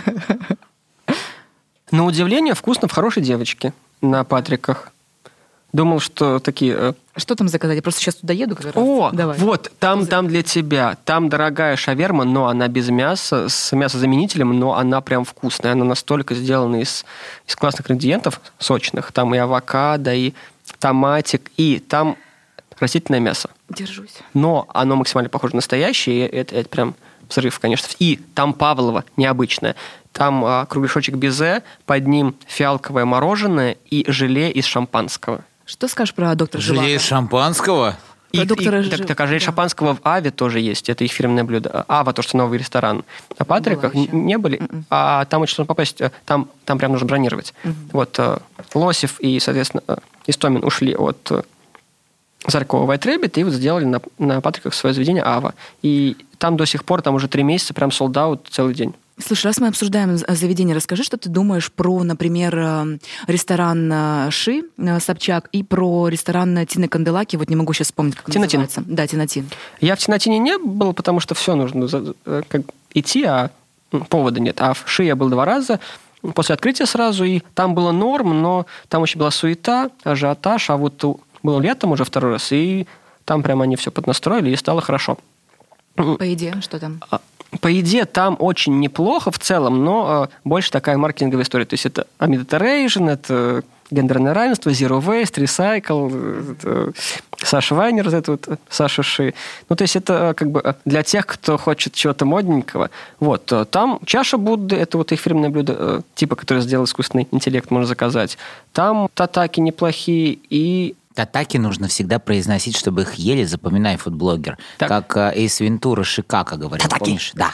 суп. На удивление, вкусно в хорошей девочке на Патриках. Думал, что такие... Что там заказать? Я просто сейчас туда еду. Как раз. Давай. Вот, там для тебя. Там дорогая шаверма, но она без мяса, с мясозаменителем, но она прям вкусная. Она настолько сделана из классных ингредиентов, сочных. Там и авокадо, и томатик, и там растительное мясо. Держусь. Но оно максимально похоже на настоящее, и это прям взрыв, конечно. И там Павлова необычное. Там кругляшочек безе, под ним фиалковое мороженое и желе из шампанского. Что скажешь про доктора Живаго? Желе из шампанского? Так, желе шампанского в Аве тоже есть. Это их фирменное блюдо. Ава, то, что новый ресторан. На Патриках не были. А там очень сложно попасть. Там прям нужно бронировать. Вот Лосев и, соответственно, Истомин ушли от Зарькова White Rabbit и вот сделали на Патриках свое заведение Ава. И там до сих пор, там уже 3 месяца, прям солд-аут целый день. Слушай, раз мы обсуждаем заведение, расскажи, что ты думаешь про, например, ресторан Ши Собчак и про ресторан Тины Канделаки. Вот не могу сейчас вспомнить, как он называется. Да, Тинатин. Я в Тинатине не был, потому что все нужно идти, а повода нет. А в Ши я был 2 раза, после открытия сразу, и там было норм, но там очень была суета, ажиотаж, а вот было летом уже 2 раз, и там прямо они все поднастроили, и стало хорошо. По еде, что там? По еде там очень неплохо в целом, но больше такая маркетинговая история. То есть это Mediterranean, это гендерное равенство, Zero Waste, Recycle, Саша Вайнер, это вот Саша Ши. Ну, то есть это как бы для тех, кто хочет чего-то модненького. Вот. Там чаша Будды, это вот их фирменное блюдо, типа, которое сделал искусственный интеллект, можно заказать. Там татаки неплохие и... Татаки нужно всегда произносить, чтобы их ели, запоминай, фудблогер. Так. Как Эйс Вентура Шикака говорил. Татаки. Помнишь? Да.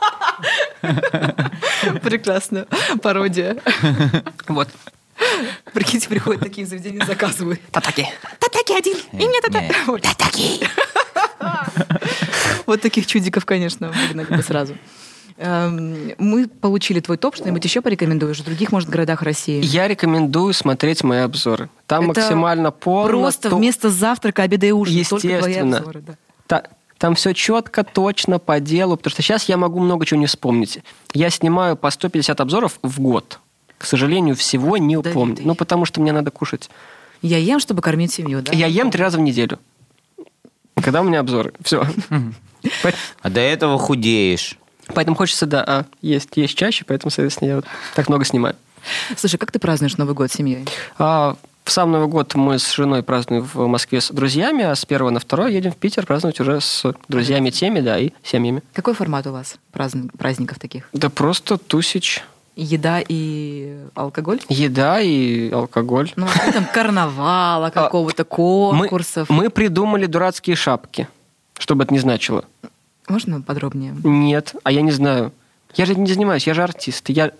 Прекрасно. Пародия. Вот. Прикиньте, приходят такие заведения, заказывают. Татаки. Татаки 1. И мне татаки. Татаки. Вот таких чудиков, конечно, выгнали бы сразу. Мы получили твой топ, что-нибудь еще порекомендуешь в других, может, городах России? Я рекомендую смотреть мои обзоры. Там это максимально полно. Просто вместо завтрака, обеда и ужина. Естественно. Только твои обзоры, да. Там все четко, точно, по делу, потому что сейчас я могу много чего не вспомнить. Я снимаю по 150 обзоров в год. К сожалению, всего не помню. Ну, потому что мне надо кушать. Я ем, чтобы кормить семью, да? Я ем 3 раза в неделю. Когда у меня обзоры. Все. А до этого худеешь. Поэтому хочется, да, есть чаще, поэтому, соответственно, я вот так много снимаю. Слушай, как ты празднуешь Новый год с семьей? В сам Новый год мы с женой празднуем в Москве с друзьями, а с 1 на 2 едем в Питер праздновать уже с друзьями теми, да, и семьями. Какой формат у вас праздников таких? Да просто тусич. Еда и алкоголь? Еда и алкоголь. Ну, там карнавала, какого-то конкурсов. Мы придумали дурацкие шапки, чтобы это не значило. Можно подробнее? Нет, а я не знаю. Я же не занимаюсь, я же артист. Я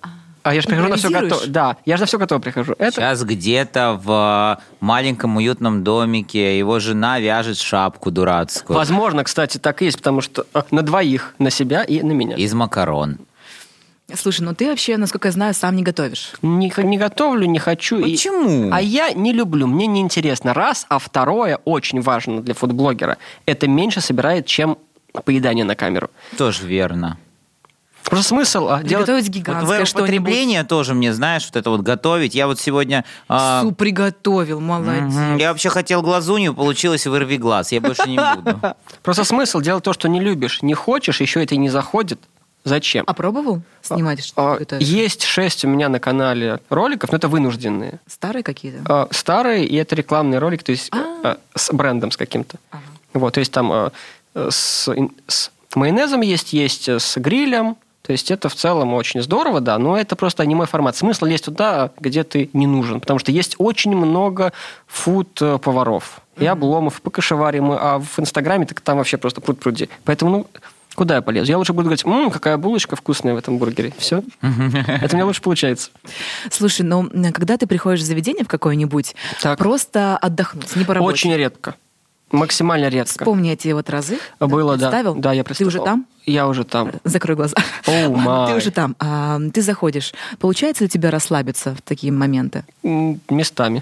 А я же прихожу на все готово. Импровизируешь? Да, я же на все готово прихожу. Это Сейчас где-то в маленьком уютном домике его жена вяжет шапку дурацкую возможно, кстати, так и есть, потому что на двоих, на себя и на меня. из макарон. Слушай, ну ты вообще, насколько я знаю, сам не готовишь. Не готовлю, не хочу. Почему? А я не люблю, мне неинтересно. Раз, а второе, очень важно для фудблогера, это меньше собирает, чем поедание на камеру. Тоже верно. Просто смысл делать... Приготовить Вот гигантское в что-нибудь. употребление тоже мне, знаешь, вот это вот готовить. Я вот сегодня... Суп приготовил, молодец. Я вообще хотел глазунью, получилось вырви глаз. Я больше не буду. Просто смысл делать то, что не любишь, не хочешь, еще это и не заходит. Зачем? А пробовал снимать что-то? готовишь? Есть 6 у меня на канале роликов, но это вынужденные. Старые какие-то? Старые, и это рекламные ролики, то есть с брендом с каким-то. Ага. Вот, то есть там с майонезом есть с грилем. То есть это в целом очень здорово, да, но это просто не мой формат. Смысл лезть туда, где ты не нужен, потому что есть очень много фуд-поваров. И Обломов, и Кашеварим, а в Инстаграме так там вообще просто пруд-пруди. Поэтому, куда я полезу? Я лучше буду говорить, какая булочка вкусная в этом бургере. Все. Это у меня лучше получается. Слушай, ну когда ты приходишь в заведение в какое-нибудь, Так. просто отдохнуть, не по работе. Очень редко. Максимально редко. Вспомни эти вот разы. Было, да. Представил? Да, я Ты представил. уже там? Я уже там. Закрой глаза. Оу, май. Ты уже там. Ты заходишь. Получается ли у тебя расслабиться в такие моменты? Местами.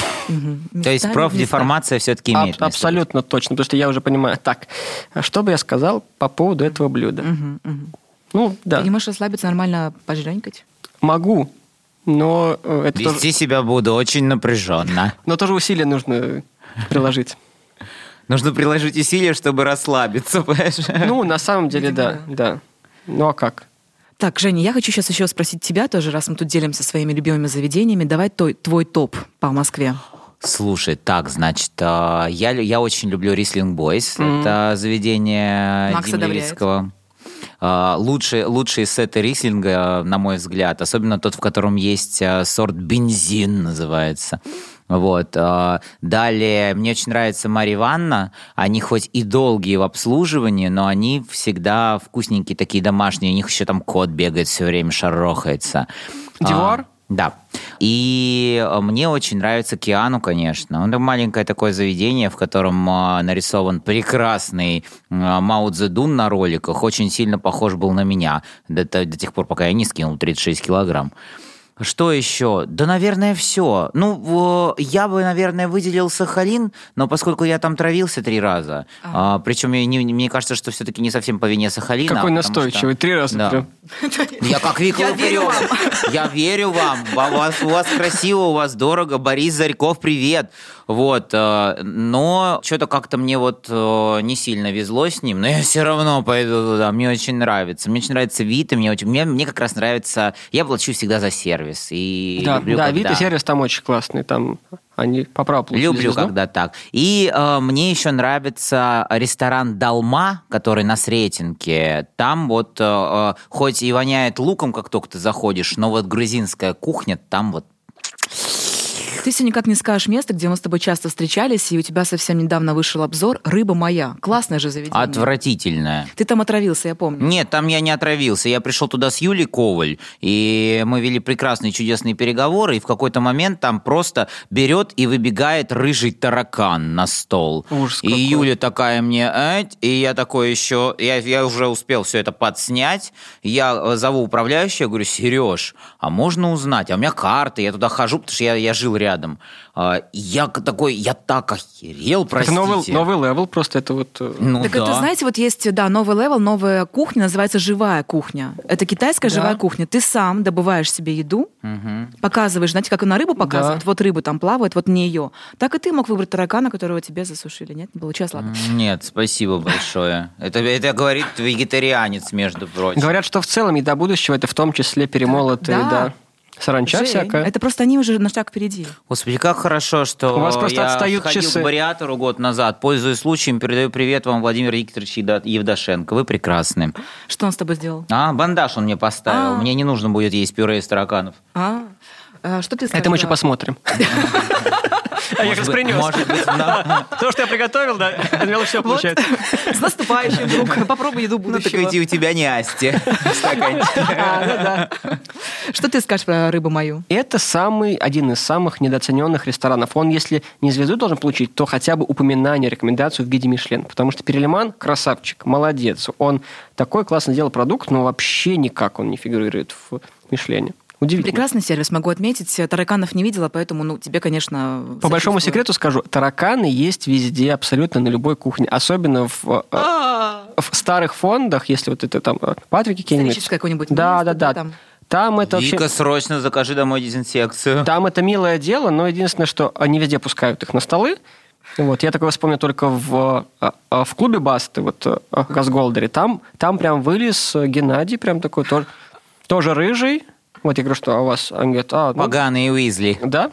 То есть профдеформация все-таки имеет место Абсолютно точно, потому что я уже понимаю, так, а что бы я сказал по поводу этого блюда? Ну, да, Ты не можешь расслабиться, нормально пожренькать? могу, но это быть. Вести себя буду очень напряженно. тоже усилия нужно приложить. Нужно приложить усилия, чтобы расслабиться, понимаешь? Ну, на самом деле, да. Ну, а как? Так, Женя, я хочу сейчас еще спросить тебя тоже, раз мы тут делимся своими любимыми заведениями. Давай твой топ по Москве. Слушай, так, значит, я очень люблю Рислинг Бойс. Это заведение Макс Демлевицкого. Лучшие сеты рислинга, на мой взгляд, особенно тот, в котором есть сорт бензин, называется. Вот. Далее, мне очень нравится Марья Ивановна. Они хоть и долгие в обслуживании, но они всегда вкусненькие, такие домашние. У них еще там кот бегает все время, шарохается. Дивуар? Да. И мне очень нравится Киану, конечно. Это маленькое такое заведение, в котором нарисован прекрасный Мао Цзэдун на роликах. Очень сильно похож был на меня. До тех пор, пока я не скинул 36 килограмм. Что еще? Да, наверное, все. Ну, я бы, наверное, выделил Сахалин, но поскольку я там травился 3 раза, причем мне кажется, что все-таки не совсем по вине Сахалина. Какой потому настойчивый, 3 раза Да. прям. Я как Вика Лупырёва. Я верю вам. У вас красиво, у вас дорого. Борис Зарьков, привет. Вот. Но что-то как-то мне вот не сильно везло с ним, но я все равно пойду туда. Мне очень нравится. Мне очень нравится вид, и мне как раз нравится... Я плачу всегда за сервис. И Да, люблю, вид и сервис там очень классный. Там они по праву получили Люблю, звезду. когда так. И мне еще нравится ресторан «Долма», который на Сретенке. Там вот, хоть и воняет луком, как только ты заходишь, но вот грузинская кухня, там вот... Ты все никак не скажешь место, где мы с тобой часто встречались, и у тебя совсем недавно вышел обзор «Рыба моя». Классное же заведение. Отвратительная. Ты там отравился, я помню. Нет, там я не отравился. Я пришел туда с Юлей Коваль, и мы вели прекрасные, чудесные переговоры, и в какой-то момент там просто берет и выбегает рыжий таракан на стол. Ужас и какой. Юля такая мне, и я такой еще, я уже успел все это подснять. Я зову управляющего, говорю: Сереж, а можно узнать? А у меня карты, я туда хожу, потому что я жил рядом. Я так охерел, простите. Это новый левел просто, это вот... Ну, Так да. это, знаете, вот есть, да, новый левел, новая кухня, называется «Живая кухня». Это китайская Да. живая кухня. Ты сам добываешь себе еду, показываешь, знаете, как на рыбу показывают, Да. вот рыба там плавает, вот не ее. Так и ты мог выбрать таракана, которого тебе засушили. Нет, не получилось, ладно. Нет, спасибо большое. Это говорит вегетарианец, между прочим. Говорят, что в целом еда будущего это в том числе перемолотая, Так, да. саранча Жень, всякая. это просто они уже на шаг впереди. Господи, как хорошо, что У вас просто я отстают сходил часы. к бариатору год назад. Пользуясь случаем, передаю привет вам, Владимир Викторович Евдошенко. Вы прекрасны. Что он с тобой сделал? Бандаж он мне поставил. А. Мне не нужно будет есть пюре из тараканов. Что ты скажешь? Это мы еще посмотрим. А я как раз принес. Может быть, да. То, что я приготовил, да, это все получается. С наступающим, друг. Попробуй еду Ну, так будущего. иди, у тебя не Асти. Стаканчик. Что ты скажешь про рыбу мою? Это один из самых недооцененных ресторанов. Он, если не звезду должен получить, то хотя бы упоминание, рекомендацию в гиде Мишлен. Потому что Перельман красавчик, молодец. Он такой классно делал продукт, но вообще никак он не фигурирует в Мишлене. Удивительно. Прекрасный сервис, могу отметить. Тараканов не видела, поэтому, тебе, конечно... По большому сочувствую. секрету скажу, тараканы есть везде, абсолютно на любой кухне. Особенно в старых фондах, если вот это там Патрики какие-нибудь. Историческое какое-нибудь Да. место, там. Там это Вика, вообще... срочно закажи домой дезинсекцию. Там это милое дело, но единственное, что они везде пускают их на столы. Вот, я такое вспомнил только в клубе Басты, вот в Газголдере. Там прям вылез Геннадий, прям такой тоже рыжий. Вот я говорю, что у вас... Он говорит, Поганые Уизли. Да.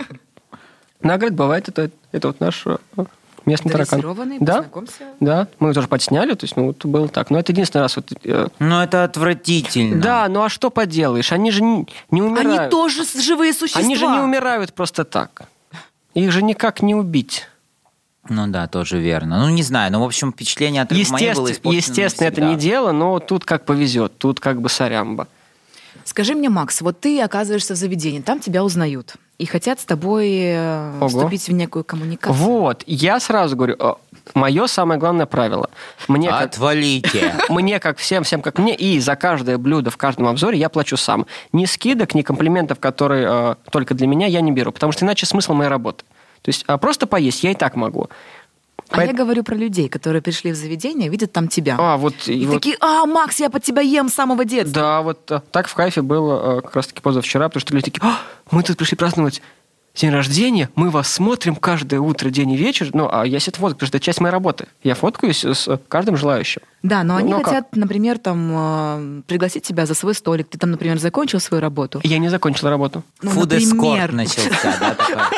Она говорит, бывает, это вот наш местный таракан. Дрессированный, Да, познакомься. да. Мы его тоже подсняли, то есть, вот было так. Но это единственный раз. Ну, это отвратительно. Да, ну а что поделаешь? Они же не умирают. Они тоже живые существа. Они же не умирают просто так. Их же никак не убить. Ну да, тоже верно. Ну, не знаю, в общем, впечатление от рыбы моей было испорчено Естественно, это не дело, но тут как повезет. Тут как бы сорямба. Скажи мне, Макс, вот ты оказываешься в заведении, там тебя узнают и хотят с тобой вступить в некую коммуникацию. Вот, я сразу говорю, мое самое главное правило. Отвалите. Мне как всем как мне, и за каждое блюдо в каждом обзоре я плачу сам. Ни скидок, ни комплиментов, которые только для меня, я не беру, потому что иначе смысл моей работы. То есть просто поесть я и так могу. Я говорю про людей, которые пришли в заведение, видят там тебя. И такие, Макс, я под тебя ем с самого детства. Да, вот так в кайфе было как раз-таки позавчера, потому что люди такие, мы тут пришли праздновать день рождения, мы вас смотрим каждое утро, день и вечер. А я себе фоткаю, потому что это часть моей работы. Я фоткаюсь с каждым желающим. Да, но они хотят, например, там пригласить тебя за свой столик. Ты там, например, закончил свою работу? Я не закончил работу. Фуд-эскорт начался, да,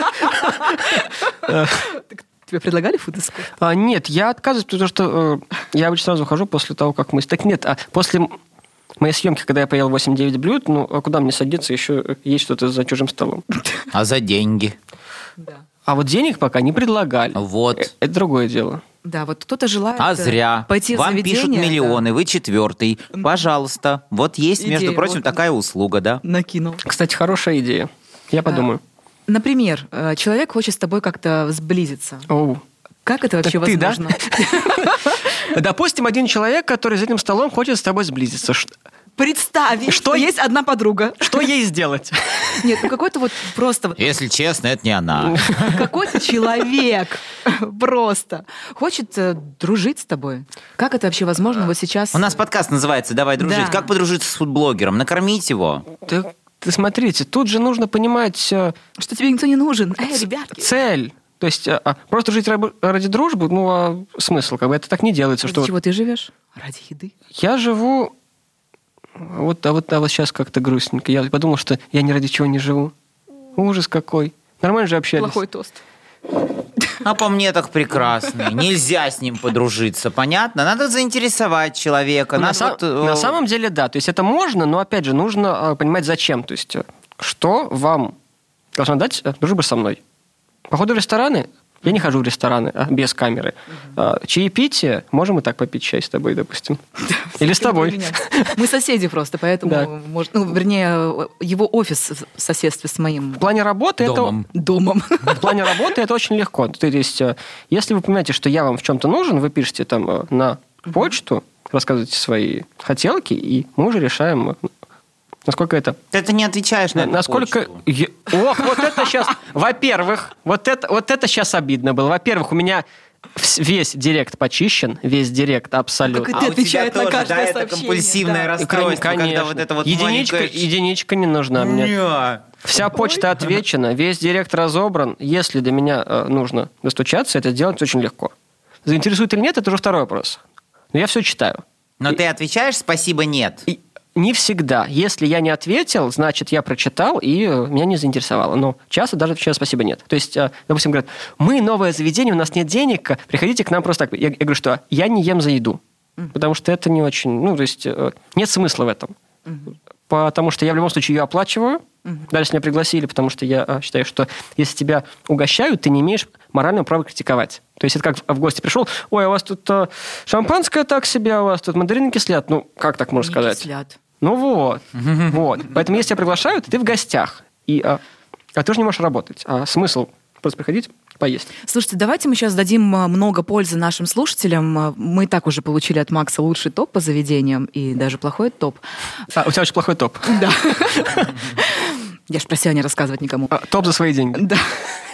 такой? Тебе предлагали фуд-эскорт? Нет, я отказываюсь, потому что я обычно сразу ухожу после того, как мы... Так нет, после моей съемки, когда я поел 8-9 блюд, куда мне садиться, еще есть что-то за чужим столом. А за деньги? Да. А вот денег пока не предлагали. Вот. Это другое дело. Да, вот кто-то желает зря. пойти в Вам заведение. пишут миллионы, вы 4-й. Пожалуйста. Вот есть, между Идея, прочим, вот. такая услуга, да? Накинул. Кстати, хорошая идея. Я подумаю. Например, человек хочет с тобой как-то сблизиться. Как это вообще ты, возможно? Да? Допустим, один человек, который за этим столом хочет с тобой сблизиться. Представь, что есть одна подруга. Что ей сделать? Нет, какой-то вот просто... Если честно, это не она. Какой-то человек просто хочет дружить с тобой. Как это вообще возможно вот сейчас? У нас подкаст называется «Давай дружить». Да. Как подружиться с фудблогером? Накормить его? Ты смотрите, тут же нужно понимать... Что тебе никто не нужен. Ребятки. Цель. То есть просто жить ради дружбы, смысл? Это так не делается. Ради чего ты живешь? Ради еды? Я живу... Вот сейчас как-то грустненько. Я подумал, что я ни ради чего не живу. Ужас какой. Нормально же общались. Плохой тост. А по мне так прекрасный. Нельзя с ним подружиться, понятно? Надо заинтересовать человека. На самом деле, да. То есть это можно, но, опять же, нужно понимать, зачем. То есть что вам должна дать дружба со мной. Походу в рестораны? Я не хожу в рестораны без камеры. Чаепитие? Можем и так попить чай с тобой, допустим. Или с тобой. Мы соседи просто, поэтому... Вернее, его офис в соседстве с моим... В плане работы Домом. В плане работы это очень легко. То есть, если вы понимаете, что я вам в чем-то нужен, вы пишете там на почту, рассказываете свои хотелки, и мы уже решаем... Насколько это... Ты не отвечаешь на эту насколько... почту. Ох, вот это сейчас... Во-первых, вот это сейчас обидно было. Во-первых, у меня весь директ почищен, весь директ абсолютно. Как и ты отвечает на каждое это сообщение, компульсивное расстройство, когда вот это вот единичка не нужна мне. Вся почта отвечена, весь директ разобран. Если до меня нужно достучаться, это сделать очень легко. Заинтересует или нет, это уже второй вопрос. Но я все читаю. Но ты отвечаешь «спасибо, нет». Не всегда. Если я не ответил, значит, я прочитал, и меня не заинтересовало. Но часто даже отвечаю «спасибо, нет». То есть, допустим, говорят, мы новое заведение, у нас нет денег, приходите к нам просто так. Я говорю, что я не ем за еду, потому что это не очень... то есть, нет смысла в этом. Потому что я в любом случае ее оплачиваю, Даже если меня пригласили, потому что я считаю, что если тебя угощают, ты не имеешь морального права критиковать. То есть это как в гости пришел, ой, а у вас тут шампанское так себе, а у вас тут мандарины кислят. Ну, как так можно сказать? Кислят. Ну вот. Поэтому если тебя приглашают, ты в гостях. А ты уже не можешь работать. А смысл просто приходить, поесть. Слушайте, давайте мы сейчас дадим много пользы нашим слушателям. Мы и так уже получили от Макса лучший топ по заведениям и даже плохой топ. У тебя очень плохой топ. Да. Я ж просила не рассказывать никому. Топ за свои деньги. Да.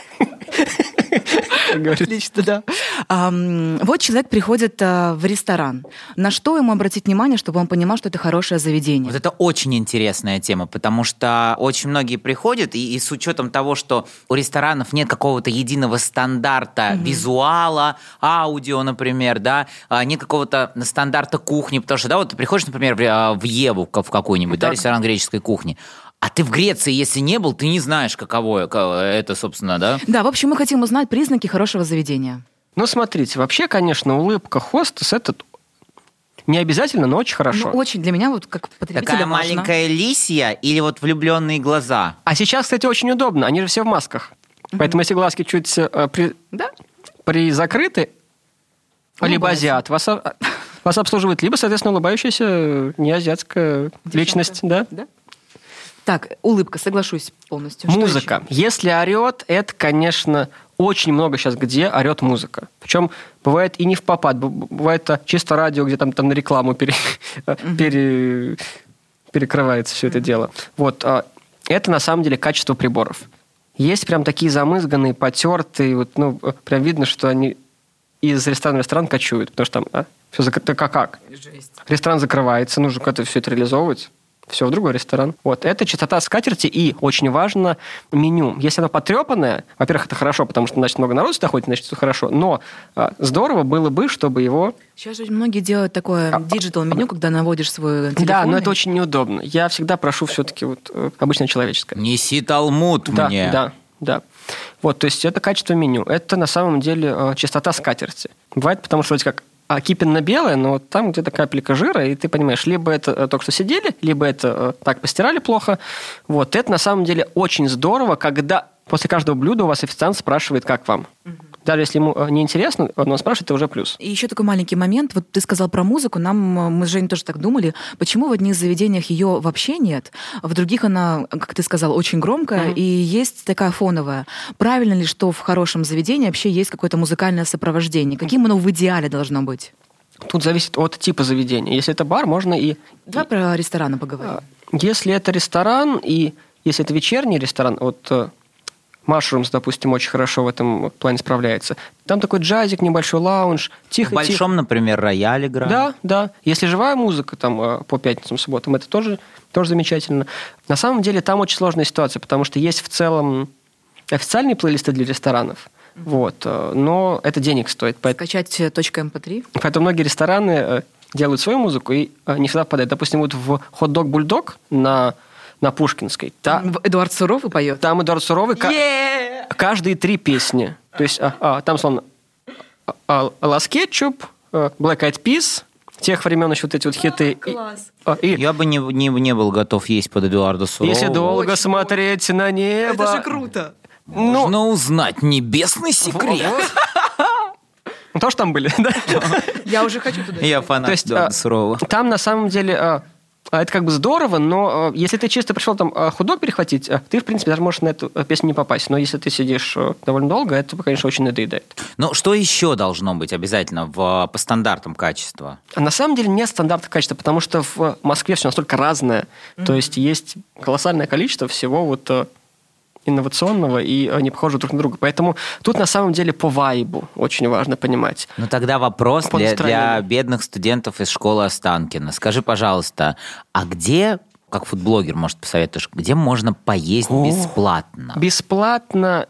Отлично, да. Вот человек приходит в ресторан. На что ему обратить внимание, чтобы он понимал, что это хорошее заведение? Вот это очень интересная тема, потому что очень многие приходят, и с учетом того, что у ресторанов нет какого-то единого стандарта визуала, аудио, например, да, нет какого-то стандарта кухни, потому что, да, вот ты приходишь, например, в Еву в какой-нибудь, да, ресторан греческой кухни, а ты в Греции, если не был, ты не знаешь, каково это, собственно, да? Да, в общем, мы хотим узнать признаки хорошего заведения. Ну, смотрите, вообще, конечно, улыбка хостес – это не обязательно, но очень хорошо. Ну, очень для меня, вот как потребителя, Такая важно. маленькая лисья или вот влюбленные глаза? А сейчас, кстати, очень удобно. Они же все в масках. Поэтому, если глазки чуть призакрыты, либо азиат, вас обслуживает, либо, соответственно, улыбающаяся неазиатская личность. Да? Так, улыбка, соглашусь полностью. Музыка. Если орет, это, конечно, очень много сейчас, где орет музыка. Причем бывает и не в попад, бывает чисто радио, где там на рекламу перекрывается все это дело. Вот. Это, на самом деле, качество приборов. Есть прям такие замызганные, потертые, вот, ну, прям видно, что они из ресторана в ресторан кочуют, потому что там все закрыто как? Жесть. Ресторан закрывается, нужно как-то все это реализовывать. Все, в другой ресторан. Вот, это чистота скатерти и, очень важно, меню. Если оно потрепанное, во-первых, это хорошо, потому что, значит, много народу сюда ходит, значит, все хорошо, но здорово было бы, чтобы его... Сейчас же многие делают такое диджитал-меню, когда наводишь свой телефон. Да, но это очень неудобно. Я всегда прошу все-таки вот обычное человеческое. Неси талмуд мне. Да. Вот, то есть это качество меню. Это, на самом деле, чистота скатерти. Бывает, потому что вроде как кипенно-белое, но там где-то капелька жира, и ты понимаешь, либо это только что сидели, либо это так постирали плохо. Вот, это на самом деле очень здорово, когда после каждого блюда у вас официант спрашивает, как вам. Даже если ему не интересно, он спрашивает, это уже плюс. И еще такой маленький момент. Вот ты сказал про музыку. Мы с Женей тоже так думали. Почему в одних заведениях ее вообще нет, а в других она, как ты сказал, очень громкая и есть такая фоновая. Правильно ли, что в хорошем заведении вообще есть какое-то музыкальное сопровождение? Каким оно в идеале должно быть? Тут зависит от типа заведения. Если это бар, можно и... Давай про рестораны поговорим. Если это ресторан, и если это вечерний ресторан, вот... Mushrooms, допустим, очень хорошо в этом плане справляется. Там такой джазик, небольшой лаунж, тихо. В большом, например, рояль играет. Да. Если живая музыка там по пятницам, субботам, это тоже замечательно. На самом деле там очень сложная ситуация, потому что есть в целом официальные плейлисты для ресторанов, вот, но это денег стоит. Скачать .mp3. Поэтому многие рестораны делают свою музыку и не всегда попадают. Допустим, вот в хот-дог «Бульдог» на Пушкинской. Эдуард Суровый поет? Там Эдуард Суровый. Каждые 3 песни. То есть там словно «Лас Кетчуп», «Black Eyed Peas», тех времен еще вот эти вот хиты. Класс. Я бы не был готов есть под Эдуарда Сурового. Если долго смотреть на небо. Это же круто. Нужно узнать небесный секрет. Тоже там были, да? Я уже хочу туда. Я фанат Эдуарда Сурового. Там на самом деле... Это как бы здорово, но если ты чисто пришел там хот-дог перехватить, ты, в принципе, даже можешь на эту песню не попасть. Но если ты сидишь довольно долго, это, конечно, очень надоедает. Ну, что еще должно быть обязательно по стандартам качества? На самом деле нет стандартов качества, потому что в Москве все настолько разное. То есть колоссальное количество всего вот инновационного и не похожего друг на друга. Поэтому тут на самом деле по вайбу очень важно понимать. Ну тогда вопрос для бедных студентов из школы Останкино. Скажи, пожалуйста, а где, как фудблогер, может, посоветуешь, где можно поесть бесплатно? Бесплатно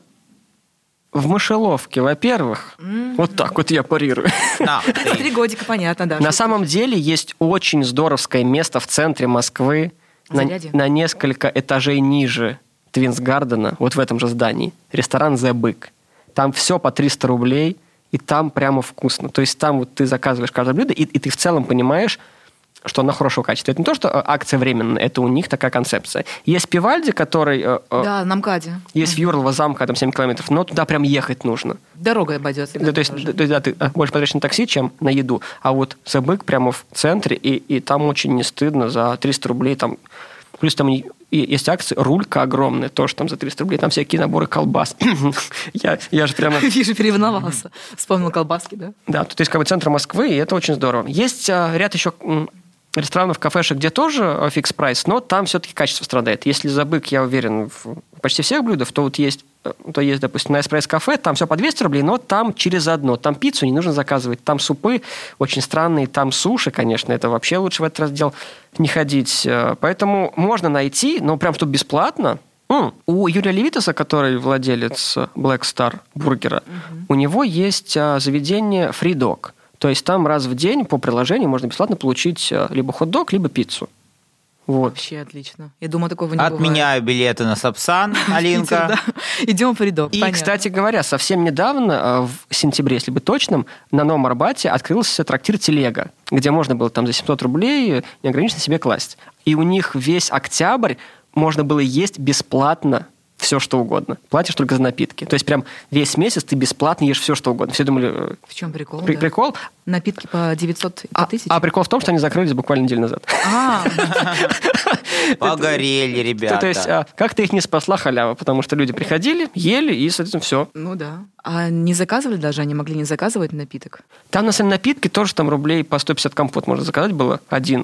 в мышеловке, во-первых. Вот так вот я парирую. 3 годика, понятно, да. На самом деле есть очень здоровское место в центре Москвы, на несколько этажей ниже Твинс-Гардена, вот в этом же здании, ресторан «The Бык». Там все по 300 рублей, и там прямо вкусно. То есть там вот ты заказываешь каждое блюдо, и ты в целом понимаешь, что она хорошего качества. Это не то, что акция временная, это у них такая концепция. Есть Пивальди, который... Да, на МКАДе. Есть в Юрлово замка, там 7 километров, но туда прям ехать нужно. Дорога обойдется. Да, то есть ты больше потратишь на такси, чем на еду. А вот Забык прямо в центре, и там очень не стыдно за 300 рублей. Там, плюс там есть акции, рулька огромная, тоже там за 300 рублей. Там всякие наборы колбас. Я же прямо... Вижу, переволновался. Вспомнил колбаски, да? Да, то есть как бы центр Москвы, и это очень здорово. Есть ряд еще ресторанов, кафешек, где тоже фикс-прайс, но там все-таки качество страдает. Если Забык, я уверен, в почти всех блюдах, то вот есть, допустим, на эспресс-кафе, там все по 200 рублей, но там через одно. Там пиццу не нужно заказывать, там супы очень странные, там суши, конечно, это вообще лучше в этот раздел не ходить. Поэтому можно найти, но прям чтобы бесплатно. У Юрия Левитаса, который владелец Black Star бургера, у него есть заведение Free Dog. То есть там раз в день по приложению можно бесплатно получить либо хот-дог, либо пиццу. Вот. Вообще отлично. Я думаю, такого не бывает. Отменяю билеты на Сапсан, Алинка. Идем в Фридок. И, кстати говоря, совсем недавно, в сентябре, если быть точным, на Новом Арбате открылся трактир «Телега», где можно было там за 700 рублей неограниченно себе класть. И у них весь октябрь можно было есть бесплатно все, что угодно. Платишь только за напитки. То есть прям весь месяц ты бесплатно ешь все, что угодно. Все думали... В чем прикол? Прикол. Напитки по 900 и по 1000? А прикол в том, что они закрылись буквально неделю назад. Погорели, ребята. То есть как-то их не спасла халява, потому что люди приходили, ели, и, соответственно, все. Ну да. А не заказывали даже? Они могли не заказывать напиток? Там, на самом деле, напитки тоже там рублей по 150 компот можно заказать было один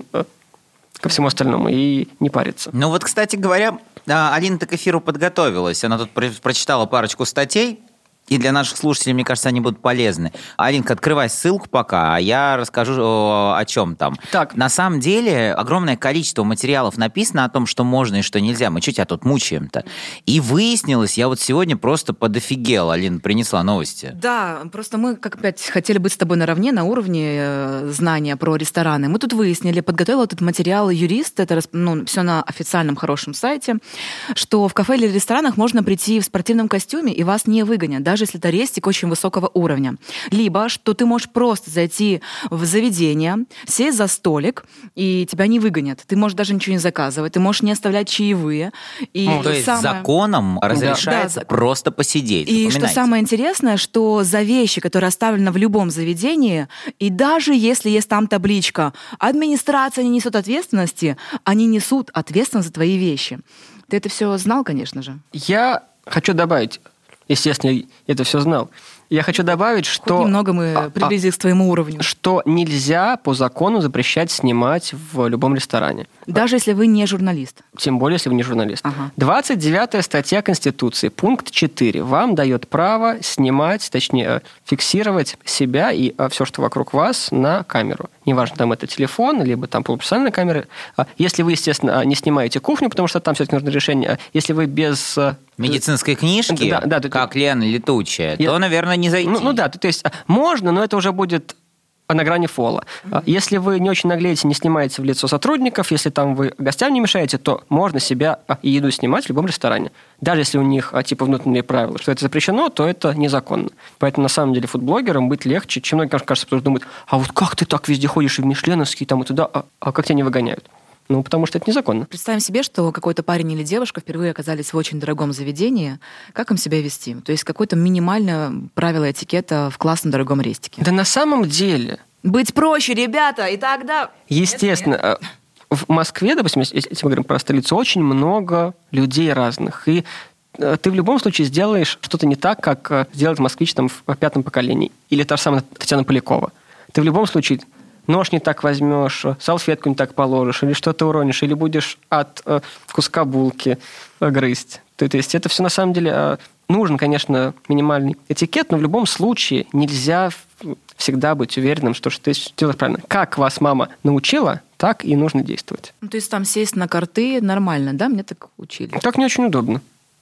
ко всему остальному и не париться. Ну вот, кстати говоря, Алина-то к эфиру подготовилась. Она тут прочитала парочку статей, и для наших слушателей, мне кажется, они будут полезны. Алинка, открывай ссылку пока, а я расскажу, о чем там. Так. На самом деле, огромное количество материалов написано о том, что можно и что нельзя. Мы что тебя тут мучаем-то? И выяснилось, я вот сегодня просто подофигел. Алина принесла новости. Да, просто мы, как опять, хотели быть с тобой наравне, на уровне знания про рестораны. Мы тут выяснили, подготовил этот материал юрист, это все на официальном хорошем сайте, что в кафе или ресторанах можно прийти в спортивном костюме, и вас не выгонят, даже если это рестик очень высокого уровня. Либо, что ты можешь просто зайти в заведение, сесть за столик, и тебя не выгонят. Ты можешь даже ничего не заказывать, ты можешь не оставлять чаевые. И то есть законом разрешается просто посидеть. И что самое интересное, что за вещи, которые оставлены в любом заведении, и даже если есть там табличка «Администрация не несет ответственности», они несут ответственность за твои вещи. Ты это все знал, конечно же? Я хочу добавить, естественно, я это все знал. Я хочу добавить, что... Хоть немного мы приблизились к твоему уровню. Что нельзя по закону запрещать снимать в любом ресторане. Даже если вы не журналист. Тем более, если вы не журналист. Ага. 29-я статья Конституции, пункт 4, вам дает право снимать, точнее, фиксировать себя и все, что вокруг вас, на камеру. Неважно, там это телефон, либо там полупрофессиональная камера. Если вы, естественно, не снимаете кухню, потому что там все-таки нужно решение. Если вы без... медицинской книжки, как Лена Летучая, то, наверное, не зайти. Ну да, то есть можно, но это уже будет на грани фола. Если вы не очень наглеете, не снимаете в лицо сотрудников, если там вы гостям не мешаете, то можно себя и еду снимать в любом ресторане. Даже если у них типа внутренние правила, что это запрещено, то это незаконно. Поэтому на самом деле фудблогерам быть легче, чем многие, кажется, потому что думают, а вот как ты так везде ходишь и в мишленовские там и туда, а как тебя не выгоняют? Ну, потому что это незаконно. Представим себе, что какой-то парень или девушка впервые оказались в очень дорогом заведении. Как им себя вести? То есть какое-то минимальное правило этикета в классном дорогом рестике. Да на самом деле... Быть проще, ребята, и тогда... Естественно. В Москве, допустим, если мы говорим про столицу, очень много людей разных. И ты в любом случае сделаешь что-то не так, как сделает москвич там, в 5-м поколении. Или та же самая Татьяна Полякова. Ты в любом случае... нож не так возьмешь, салфетку не так положишь, или что-то уронишь, или будешь от куска булки грызть. То есть это все на самом деле нужен, конечно, минимальный этикет, но в любом случае нельзя всегда быть уверенным, что ты делаешь правильно. Как вас мама научила, так и нужно действовать. Ну, то есть там сесть на карты нормально, да? Мне так учили. Так не очень удобно.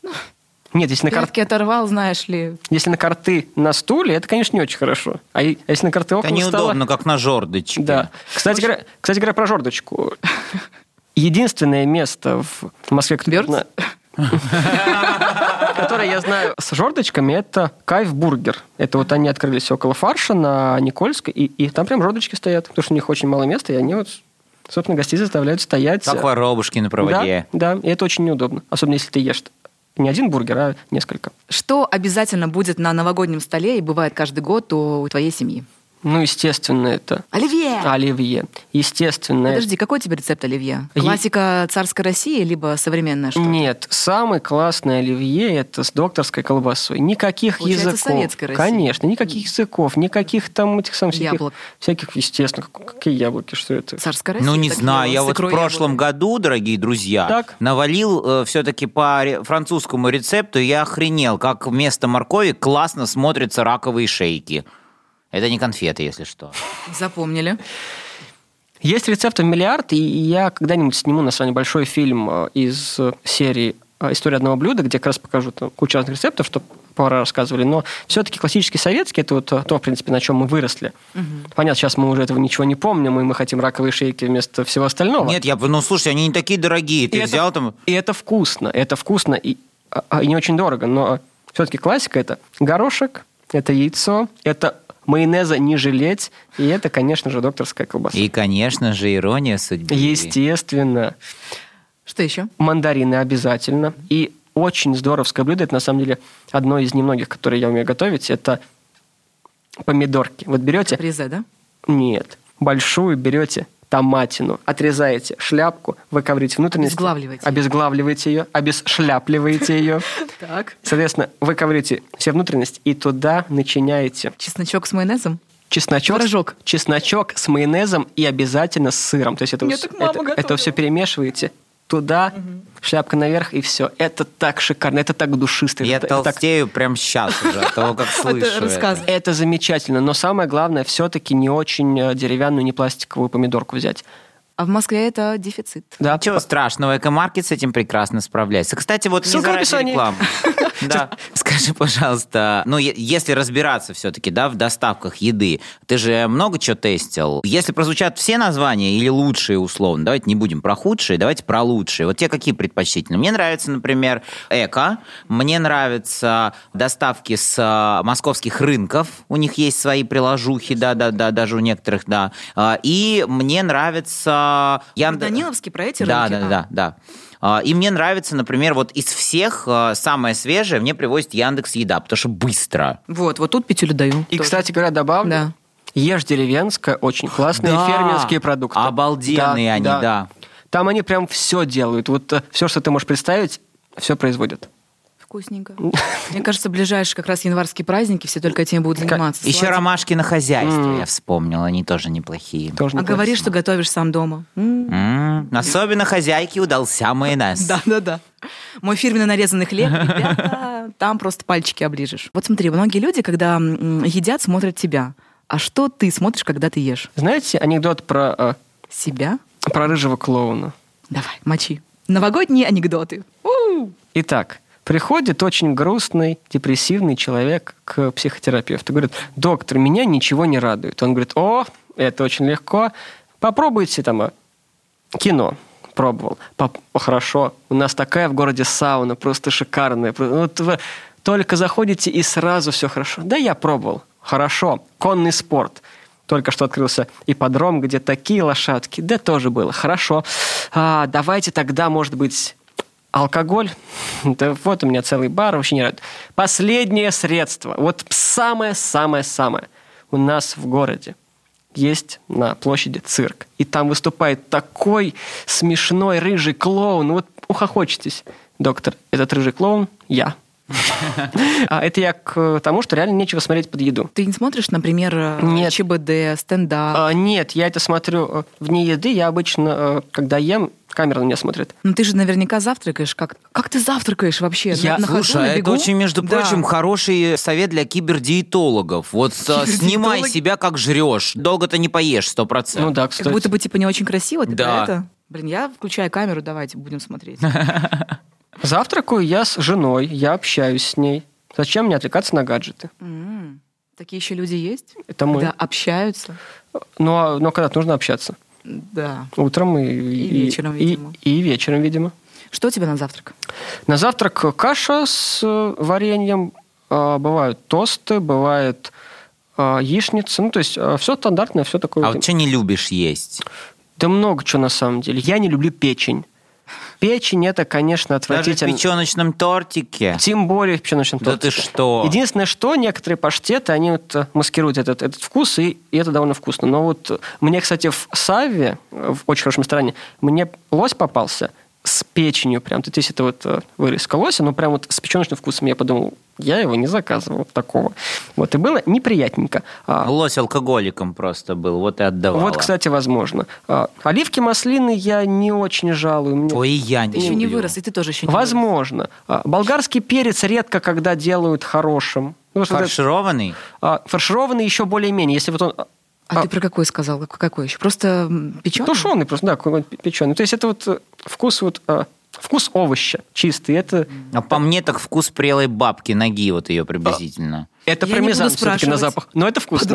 Нет, если на карты оторвал, знаешь ли. Если на карты на стуле, это, конечно, не очень хорошо. А если на карты около стола... Это неудобно, как на жердочке. Да. Кстати говоря, про жердочку. Единственное место в Москве, которое я знаю с жердочками, это Кайф Бургер. Это вот они открылись около Фарша на Никольской, и там прям жердочки стоят, потому что у них очень мало места, и они вот собственно, гостей заставляют стоять. Как воробушки на проводе. Да, и это очень неудобно. Особенно, если ты ешь не один бургер, а несколько. Что обязательно будет на новогоднем столе и бывает каждый год у твоей семьи? Ну, естественно, это... Оливье. Естественно. Подожди, какой тебе рецепт оливье? Классика царской России, либо современная что-то? Нет, самый классный оливье – это с докторской колбасой. Никаких Получается, языков. советской России. Конечно, никаких языков, никаких там этих самых Яблок. всяких, естественно. Какие яблоки, что это? Царская Россия. Ну, не такие знаю, я с вот в икрой прошлом яблок. году, дорогие друзья, навалил все-таки по французскому рецепту, и я охренел, как вместо моркови классно смотрятся раковые шейки. Это не конфеты, если что. Запомнили. Есть рецептов миллиард, и я когда-нибудь сниму на самом деле большой фильм из серии «История одного блюда», где как раз покажу там кучу разных рецептов, что повара рассказывали, но все-таки классический советский – это вот то, в принципе, на чем мы выросли. Понятно, сейчас мы уже этого ничего не помним, и мы хотим раковые шейки вместо всего остального. Нет, слушай, они не такие дорогие. Ты взял там... И это вкусно, и не очень дорого, но все-таки классика – это горошек, это яйцо, это майонеза не жалеть, и это, конечно же, докторская колбаса. И, конечно же, ирония судьбы. Естественно. Что еще? Мандарины обязательно. И очень здоровское блюдо, это на самом деле одно из немногих, которые я умею готовить, это помидорки. Вот берете... Капрезе, да? Нет. Большую берете томатину, отрезаете шляпку, выковыриваете внутренность. Обезглавливаете ее, обесшляпливаете ее. Так. Соответственно, выковыриваете все внутренности и туда начиняете. Чесночок с майонезом? Чесночок с майонезом и обязательно с сыром. То есть это все перемешиваете. Туда, шляпка наверх, и все. Это так шикарно, это так душисто. Я толстею прямо сейчас уже от того, как слышу это. Это замечательно, но самое главное, все-таки не очень деревянную, не пластиковую помидорку взять. А в Москве это дефицит. Да. Ничего страшного, Экомаркет с этим прекрасно справляется. Кстати, вот не заради рекламы. Да. Скажи, пожалуйста, если разбираться все-таки, да, в доставках еды, ты же много чего тестил. Если прозвучат все названия или лучшие условно, давайте не будем про худшие, давайте про лучшие. Вот те какие предпочтительны? Мне нравится, например, Эко. Мне нравятся доставки с московских рынков. У них есть свои приложухи, да, даже у некоторых, да. И мне нравится Даниловский про эти рынки? Да. И мне нравится, например, вот из всех самое свежее мне привозит Яндекс.Еда, потому что быстро. Вот тут пятюлю даю. И, тоже. Кстати говоря, добавлю, да. Ешь деревенское, очень классные фермерские продукты. Обалденные они, да. Там они прям все делают. Вот все, что ты можешь представить, все производят. Вкусненько. Мне кажется, ближайшие как раз январские праздники все только этим будут заниматься. Еще ромашки на хозяйстве, я вспомнил, они тоже неплохие. Говоришь, что готовишь сам дома. Особенно хозяйке удался майонез. Да. Мой фирменный нарезанный хлеб, ребята, там просто пальчики оближешь. Вот смотри, многие люди, когда едят, смотрят тебя. А что ты смотришь, когда ты ешь? Знаете анекдот про... Себя? Про рыжего клоуна. Давай, мочи. Новогодние анекдоты. Итак, приходит очень грустный, депрессивный человек к психотерапевту. Говорит: доктор, меня ничего не радует. Он говорит: это очень легко. Попробуйте там кино. Пробовал. Хорошо. У нас такая в городе сауна, просто шикарная. Вот вы только заходите, и сразу все хорошо. Да, я пробовал. Хорошо. Конный спорт. Только что открылся ипподром, где такие лошадки. Да, тоже было. Хорошо. Давайте тогда, может быть... Алкоголь, да вот у меня целый бар, вообще не радует. Последнее средство, вот самое-самое-самое. У нас в городе есть на площади цирк, и там выступает такой смешной рыжий клоун. Вот ухохочетесь. Доктор, этот рыжий клоун – я. Это я к тому, что реально нечего смотреть под еду. Ты не смотришь, например, ЧБД, стендап? Нет, я это смотрю вне еды. Я обычно, когда ем, камера на меня смотрит. Ну ты же наверняка завтракаешь. Как ты завтракаешь вообще? Слушай, это очень, между прочим, хороший совет для кибердиетологов. Вот снимай себя, как жрешь. Долго-то не поешь, 100%. Ну да, кстати. Как будто бы типа не очень красиво. Ты да. про это? Блин, я включаю камеру, давайте будем смотреть. Завтракаю я с женой, я общаюсь с ней. Зачем мне отвлекаться на гаджеты? Такие еще люди есть? Это мы. Да, общаются. Но когда-то нужно общаться. Да. Утром и вечером, видимо. И вечером, видимо. Что у тебя на завтрак? На завтрак каша с вареньем. Бывают тосты, бывает яичница. Ну, то есть все стандартное, все такое. А вот что не любишь есть? Да много чего на самом деле. Я не люблю печень. Печень – это, конечно, отвратительно. Даже в печеночном тортике? Тем более в печеночном тортике. Да ты что? Единственное, что некоторые паштеты, они вот маскируют этот вкус, и это довольно вкусно. Но вот мне, кстати, в Савве, в очень хорошем ресторане, мне лось попался с печенью прям. То есть это вот вырезка лося, но прям вот с печеночным вкусом. Я подумал, я его не заказывал такого. Вот, и было неприятненько. Лось алкоголиком просто был, вот и отдавала. Вот, кстати, возможно. Оливки, маслины я не очень жалую. Ой, и я не Ты еще не люблю. вырос, и ты тоже еще не Возможно. Болгарский перец редко когда делают хорошим. Ну, что Фаршированный? фаршированный еще более-менее. Если вот он... А ты про какой сказал? Какой еще? Просто печеный? Тушеный просто, да, какой-нибудь печеный. То есть это вот вкус вкус овоща чистый. Это... А по мне так вкус прелой бабки, ноги вот ее приблизительно. Это Я не буду пармезан все-таки на спрашивать. запах. Но это вкусно.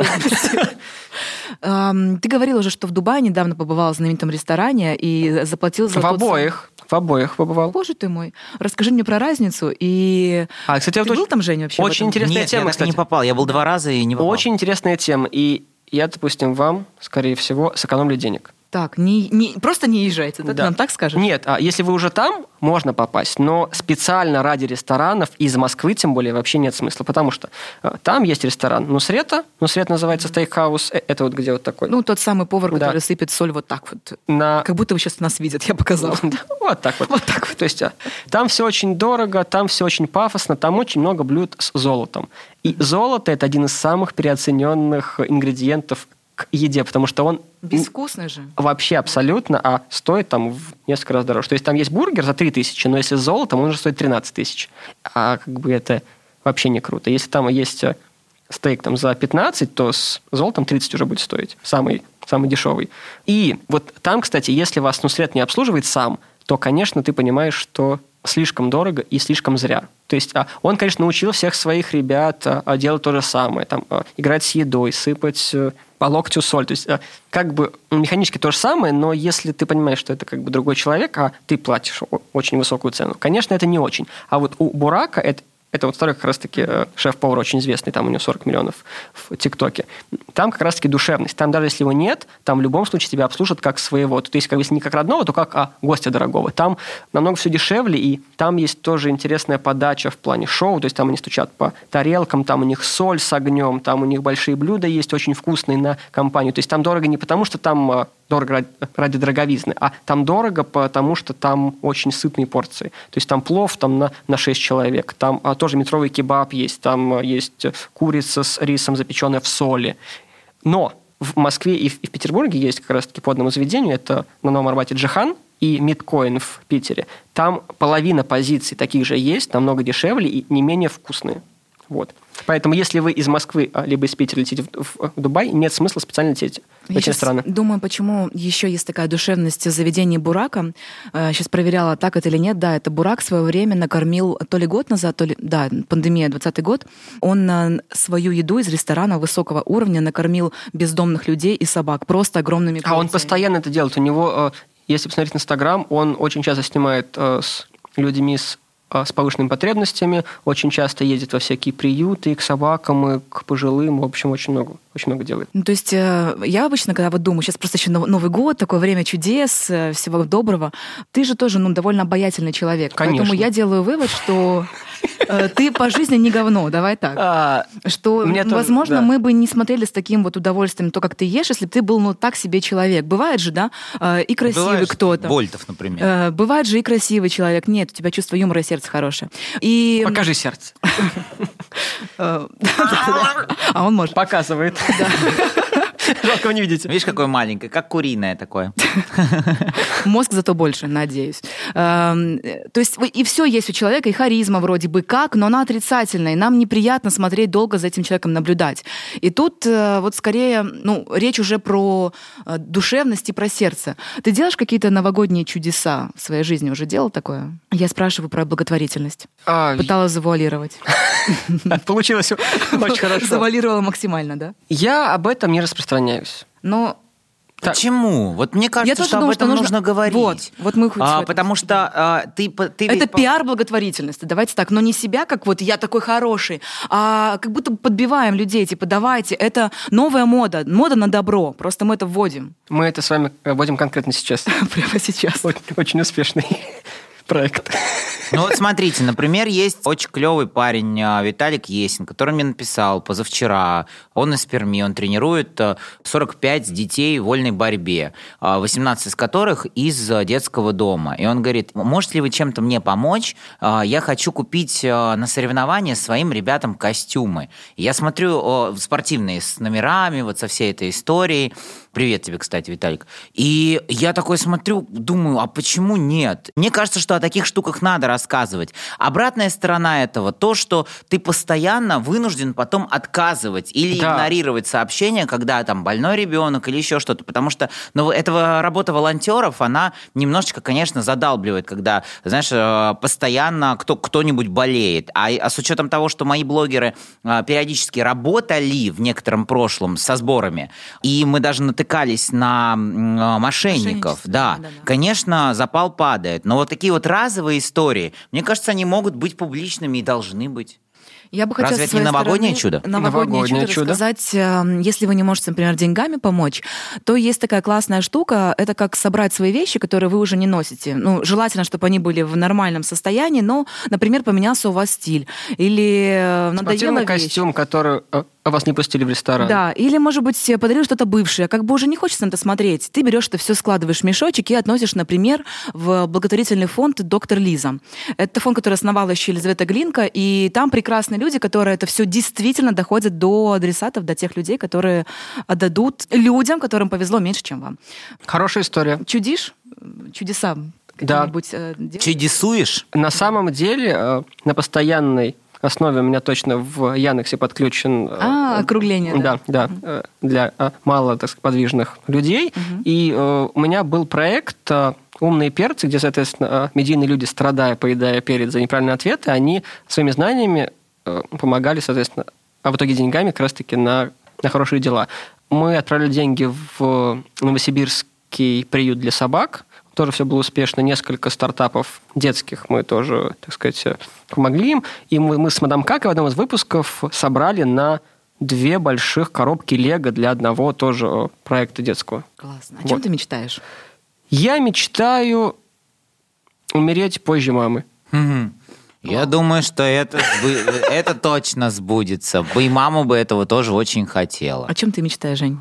Ты говорил уже, что в Дубае недавно побывал в знаменитом ресторане и заплатил за В обоих побывал. Боже ты мой. Расскажи мне про разницу. И Кстати, ты был там, Женя, вообще? очень в этом? интересная Нет, тема, я так кстати. не попал. Я был 2 раза и не попал. Очень интересная тема. И я, допустим, вам, скорее всего, сэкономлю денег. Так, просто не езжайте, да? Ты нам так скажешь? Нет, если вы уже там, можно попасть, но специально ради ресторанов из Москвы, тем более, вообще нет смысла, потому что там есть ресторан Нусрета называется стейкхаус, это вот где вот такой. Ну, тот самый повар, Да. который сыпет соль вот так вот. На... Как будто вы сейчас нас видят, я показала. Вот так вот. Вот так вот. То есть там все очень дорого, там все очень пафосно, там очень много блюд с золотом. И золото – это один из самых переоцененных ингредиентов к еде, потому что он Безвкусный же. вообще абсолютно, а стоит там в несколько раз дороже. То есть там есть бургер за 3000, но если с золотом, он уже стоит 13 тысяч. А как бы это вообще не круто. Если там есть стейк там за 15, то с золотом 30 уже будет стоить. Самый дешевый. И вот там, кстати, если вас Нусрет не обслуживает сам, то, конечно, ты понимаешь, что слишком дорого и слишком зря. То есть он, конечно, научил всех своих ребят делать то же самое. Там, играть с едой, сыпать по локтю соль. То есть как бы механически то же самое, но если ты понимаешь, что это как бы другой человек, а ты платишь очень высокую цену, конечно, это не очень. А вот у Бурака это вот второй как раз-таки шеф-повар очень известный, там у него 40 миллионов в ТикТоке. Там как раз-таки душевность. Там даже если его нет, там в любом случае тебя обслужат как своего. То есть, как бы, если не как родного, то как гостя дорогого. Там намного все дешевле, и там есть тоже интересная подача в плане шоу. То есть там они стучат по тарелкам, там у них соль с огнем, там у них большие блюда есть очень вкусные на компанию. То есть там дорого не потому, что там дорого ради дороговизны, а там дорого, потому что там очень сытные порции. То есть там плов там на 6 человек, там тоже метровый кебаб есть, там есть курица с рисом, запеченная в соли. Но в Москве и в Петербурге есть как раз-таки по одному заведению, это на Новом Арбате Джихан и Мидкоин в Питере. Там половина позиций таких же есть, намного дешевле и не менее вкусные. Вот. Поэтому, если вы из Москвы либо из Питера летите в Дубай, нет смысла специально лететь в эти страны. Думаю, почему еще есть такая душевность в заведении Бурака. Сейчас проверяла, так это или нет. Да, это Бурак в свое время накормил то ли год назад, пандемия, 2020 год. Он свою еду из ресторана высокого уровня накормил бездомных людей и собак просто огромными порциями. А он постоянно это делает. У него, если посмотреть в Инстаграм, он очень часто снимает с людьми с повышенными потребностями, очень часто ездит во всякие приюты, и к собакам, и к пожилым, в общем, очень много делает. Ну, то есть я обычно, когда вот думаю, сейчас просто еще Новый год, такое время чудес, всего доброго, ты же тоже довольно обаятельный человек. Конечно. Поэтому я делаю вывод, что ты по жизни не говно, давай так. Что, возможно, мы бы не смотрели с таким вот удовольствием то, как ты ешь, если бы ты был так себе человек. Бывает же, да, и красивый кто-то. Вольтов, например. Бывает же и красивый человек. Нет, у тебя чувство юмора и сердце хорошее. И... Покажи сердце. А он может. Показывает. Жалко, вы не видите. Видишь, какое маленькое, как куриное такое. Мозг зато больше, надеюсь. То есть и все есть у человека, и харизма вроде бы как, но она отрицательная, и нам неприятно смотреть долго за этим человеком, наблюдать. И тут вот скорее, речь уже про душевность и про сердце. Ты делаешь какие-то новогодние чудеса в своей жизни? Уже делал такое? Я спрашиваю про благотворительность. Пыталась завуалировать. Получилось очень хорошо. Завуалировала максимально, да? Я об этом не распространяюсь. Но Почему? Вот мне кажется, что об этом нужно говорить. Вот мы потому что ты это пиар благотворительности. Давайте так, но не себя, как вот я такой хороший, а как будто подбиваем людей, типа, давайте, это новая мода на добро, просто мы это вводим. Мы это с вами вводим конкретно сейчас. Прямо сейчас. Очень успешный проект. Ну вот смотрите, например, есть очень клевый парень Виталик Есин, который мне написал позавчера. Он из Перми, он тренирует 45 детей в вольной борьбе, 18 из которых из детского дома. И он говорит, можете ли вы чем-то мне помочь? Я хочу купить на соревнования своим ребятам костюмы. И я смотрю спортивные с номерами, вот со всей этой историей. Привет тебе, кстати, Виталик. И я такой смотрю, думаю, а почему нет? Мне кажется, что о таких штуках надо рассказывать. Обратная сторона этого, то, что ты постоянно вынужден потом отказывать или игнорировать сообщения, когда там больной ребенок или еще что-то. Потому что эта работа волонтеров, она немножечко, конечно, задалбливает, когда, знаешь, постоянно кто-нибудь болеет. А с учетом того, что мои блогеры периодически работали в некотором прошлом со сборами, и мы даже натыкались на мошенников. Да. Конечно, запал падает. Но вот такие вот разовые истории, мне кажется, они могут быть публичными и должны быть. Я бы хотела, разве это не новогоднее чудо? Новогоднее чудо рассказать, если вы не можете, например, деньгами помочь, то есть такая классная штука, это как собрать свои вещи, которые вы уже не носите. Ну, желательно, чтобы они были в нормальном состоянии, но, например, поменялся у вас стиль. Или надоела вещь. Костюм, который вас не пустили в ресторан. Да, или, может быть, подарил что-то бывшее, как бы уже не хочется на это смотреть. Ты берешь это все, складываешь в мешочек и относишь, например, в благотворительный фонд «Доктор Лиза». Это фонд, который основала еще Елизавета Глинка, и там прекрасные люди, которые это все действительно доходят до адресатов, до тех людей, которые отдадут людям, которым повезло меньше, чем вам. Хорошая история. Чудишь? Чудеса какие-нибудь делаешь? Чудесуешь? На самом деле, на постоянной основе у меня точно в Яндексе подключен... округление. Да, для мало, так сказать, подвижных людей. И у меня был проект «Умные перцы», где, соответственно, медийные люди, страдая, поедая перец за неправильные ответы, они своими знаниями помогали, соответственно, а в итоге деньгами как раз-таки на хорошие дела. Мы отправили деньги в Новосибирский приют для собак, тоже все было успешно. Несколько стартапов детских мы тоже, так сказать, помогли им. И мы с мадам Какой в одном из выпусков собрали на 2 больших коробки Лего для одного тоже проекта детского. Классно. О чем ты мечтаешь? Я мечтаю умереть позже мамы. Я думаю, что это точно сбудется. И мама бы этого тоже очень хотела. О чем ты мечтаешь, Жень?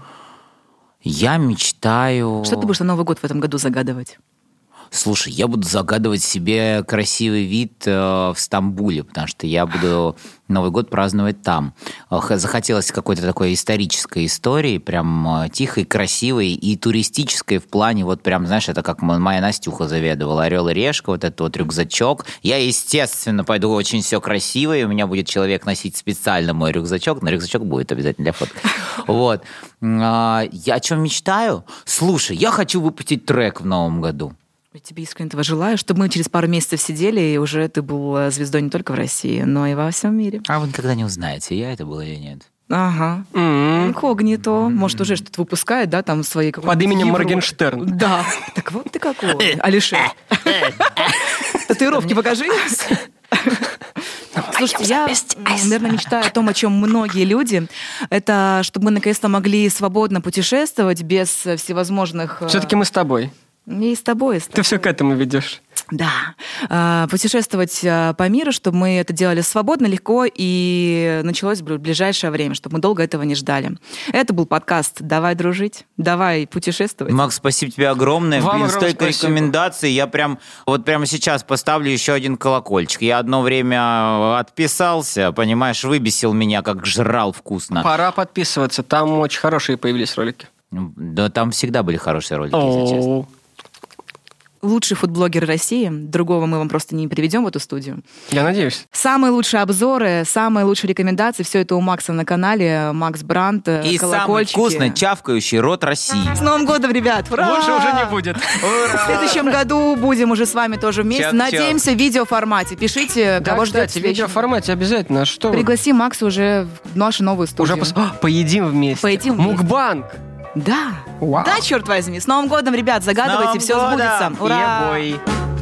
Я мечтаю... Что ты будешь на Новый год в этом году загадывать? Слушай, я буду загадывать себе красивый вид в Стамбуле, потому что я буду Новый год праздновать там. Захотелось какой-то такой исторической истории, прям тихой, красивой и туристической в плане, вот прям, знаешь, это как моя Настюха заведовала, «Орел и решка», вот этот вот рюкзачок. Я, естественно, пойду очень все красиво, и у меня будет человек носить специально мой рюкзачок, но рюкзачок будет обязательно для фотки. Вот. Я о чем мечтаю? Слушай, я хочу выпустить трек в новом году. Я тебе искренне этого желаю, чтобы мы через пару месяцев сидели, и уже ты был звездой не только в России, но и во всем мире. А вы никогда не узнаете, я это был или нет. Ага. Инкогнито. Может, уже что-то выпускает, да, там свои... Под именем Моргенштерн. Да. Так вот ты какой. Алишер. Татуировки покажи. Слушайте, я, наверное, мечтаю о том, о чем многие люди. Это чтобы мы наконец-то могли свободно путешествовать без всевозможных... Все-таки мы с тобой. И с тобой. Ты все к этому ведешь. Да. Путешествовать по миру, чтобы мы это делали свободно, легко и началось в ближайшее время, чтобы мы долго этого не ждали. Это был подкаст «Давай дружить», «Давай путешествовать». Макс, спасибо тебе огромное. Вам столько рекомендаций. Я прямо сейчас поставлю еще один колокольчик. Я одно время отписался, понимаешь, выбесил меня, как жрал вкусно. Пора подписываться. Там очень хорошие появились ролики. Да, там всегда были хорошие ролики, если честно. Лучший фудблогер России. Другого мы вам просто не приведем в эту студию. Я надеюсь. Самые лучшие обзоры, самые лучшие рекомендации. Все это у Макса на канале. Макс Брандт, и самый вкусный чавкающий рот России. С Новым годом, ребят! Ура! Лучше уже не будет. Ура! В следующем году будем уже с вами тоже вместе. Надеемся, в видеоформате. Пишите, кого ждать. В видеоформате обязательно. Что? Пригласим Макса уже в нашу новую студию. Поедим вместе. Поедим вместе. Мукбанг. Да. Вау. Да, черт возьми. С Новым годом, ребят, загадывайте, все сбудется. Ура! Е-бой.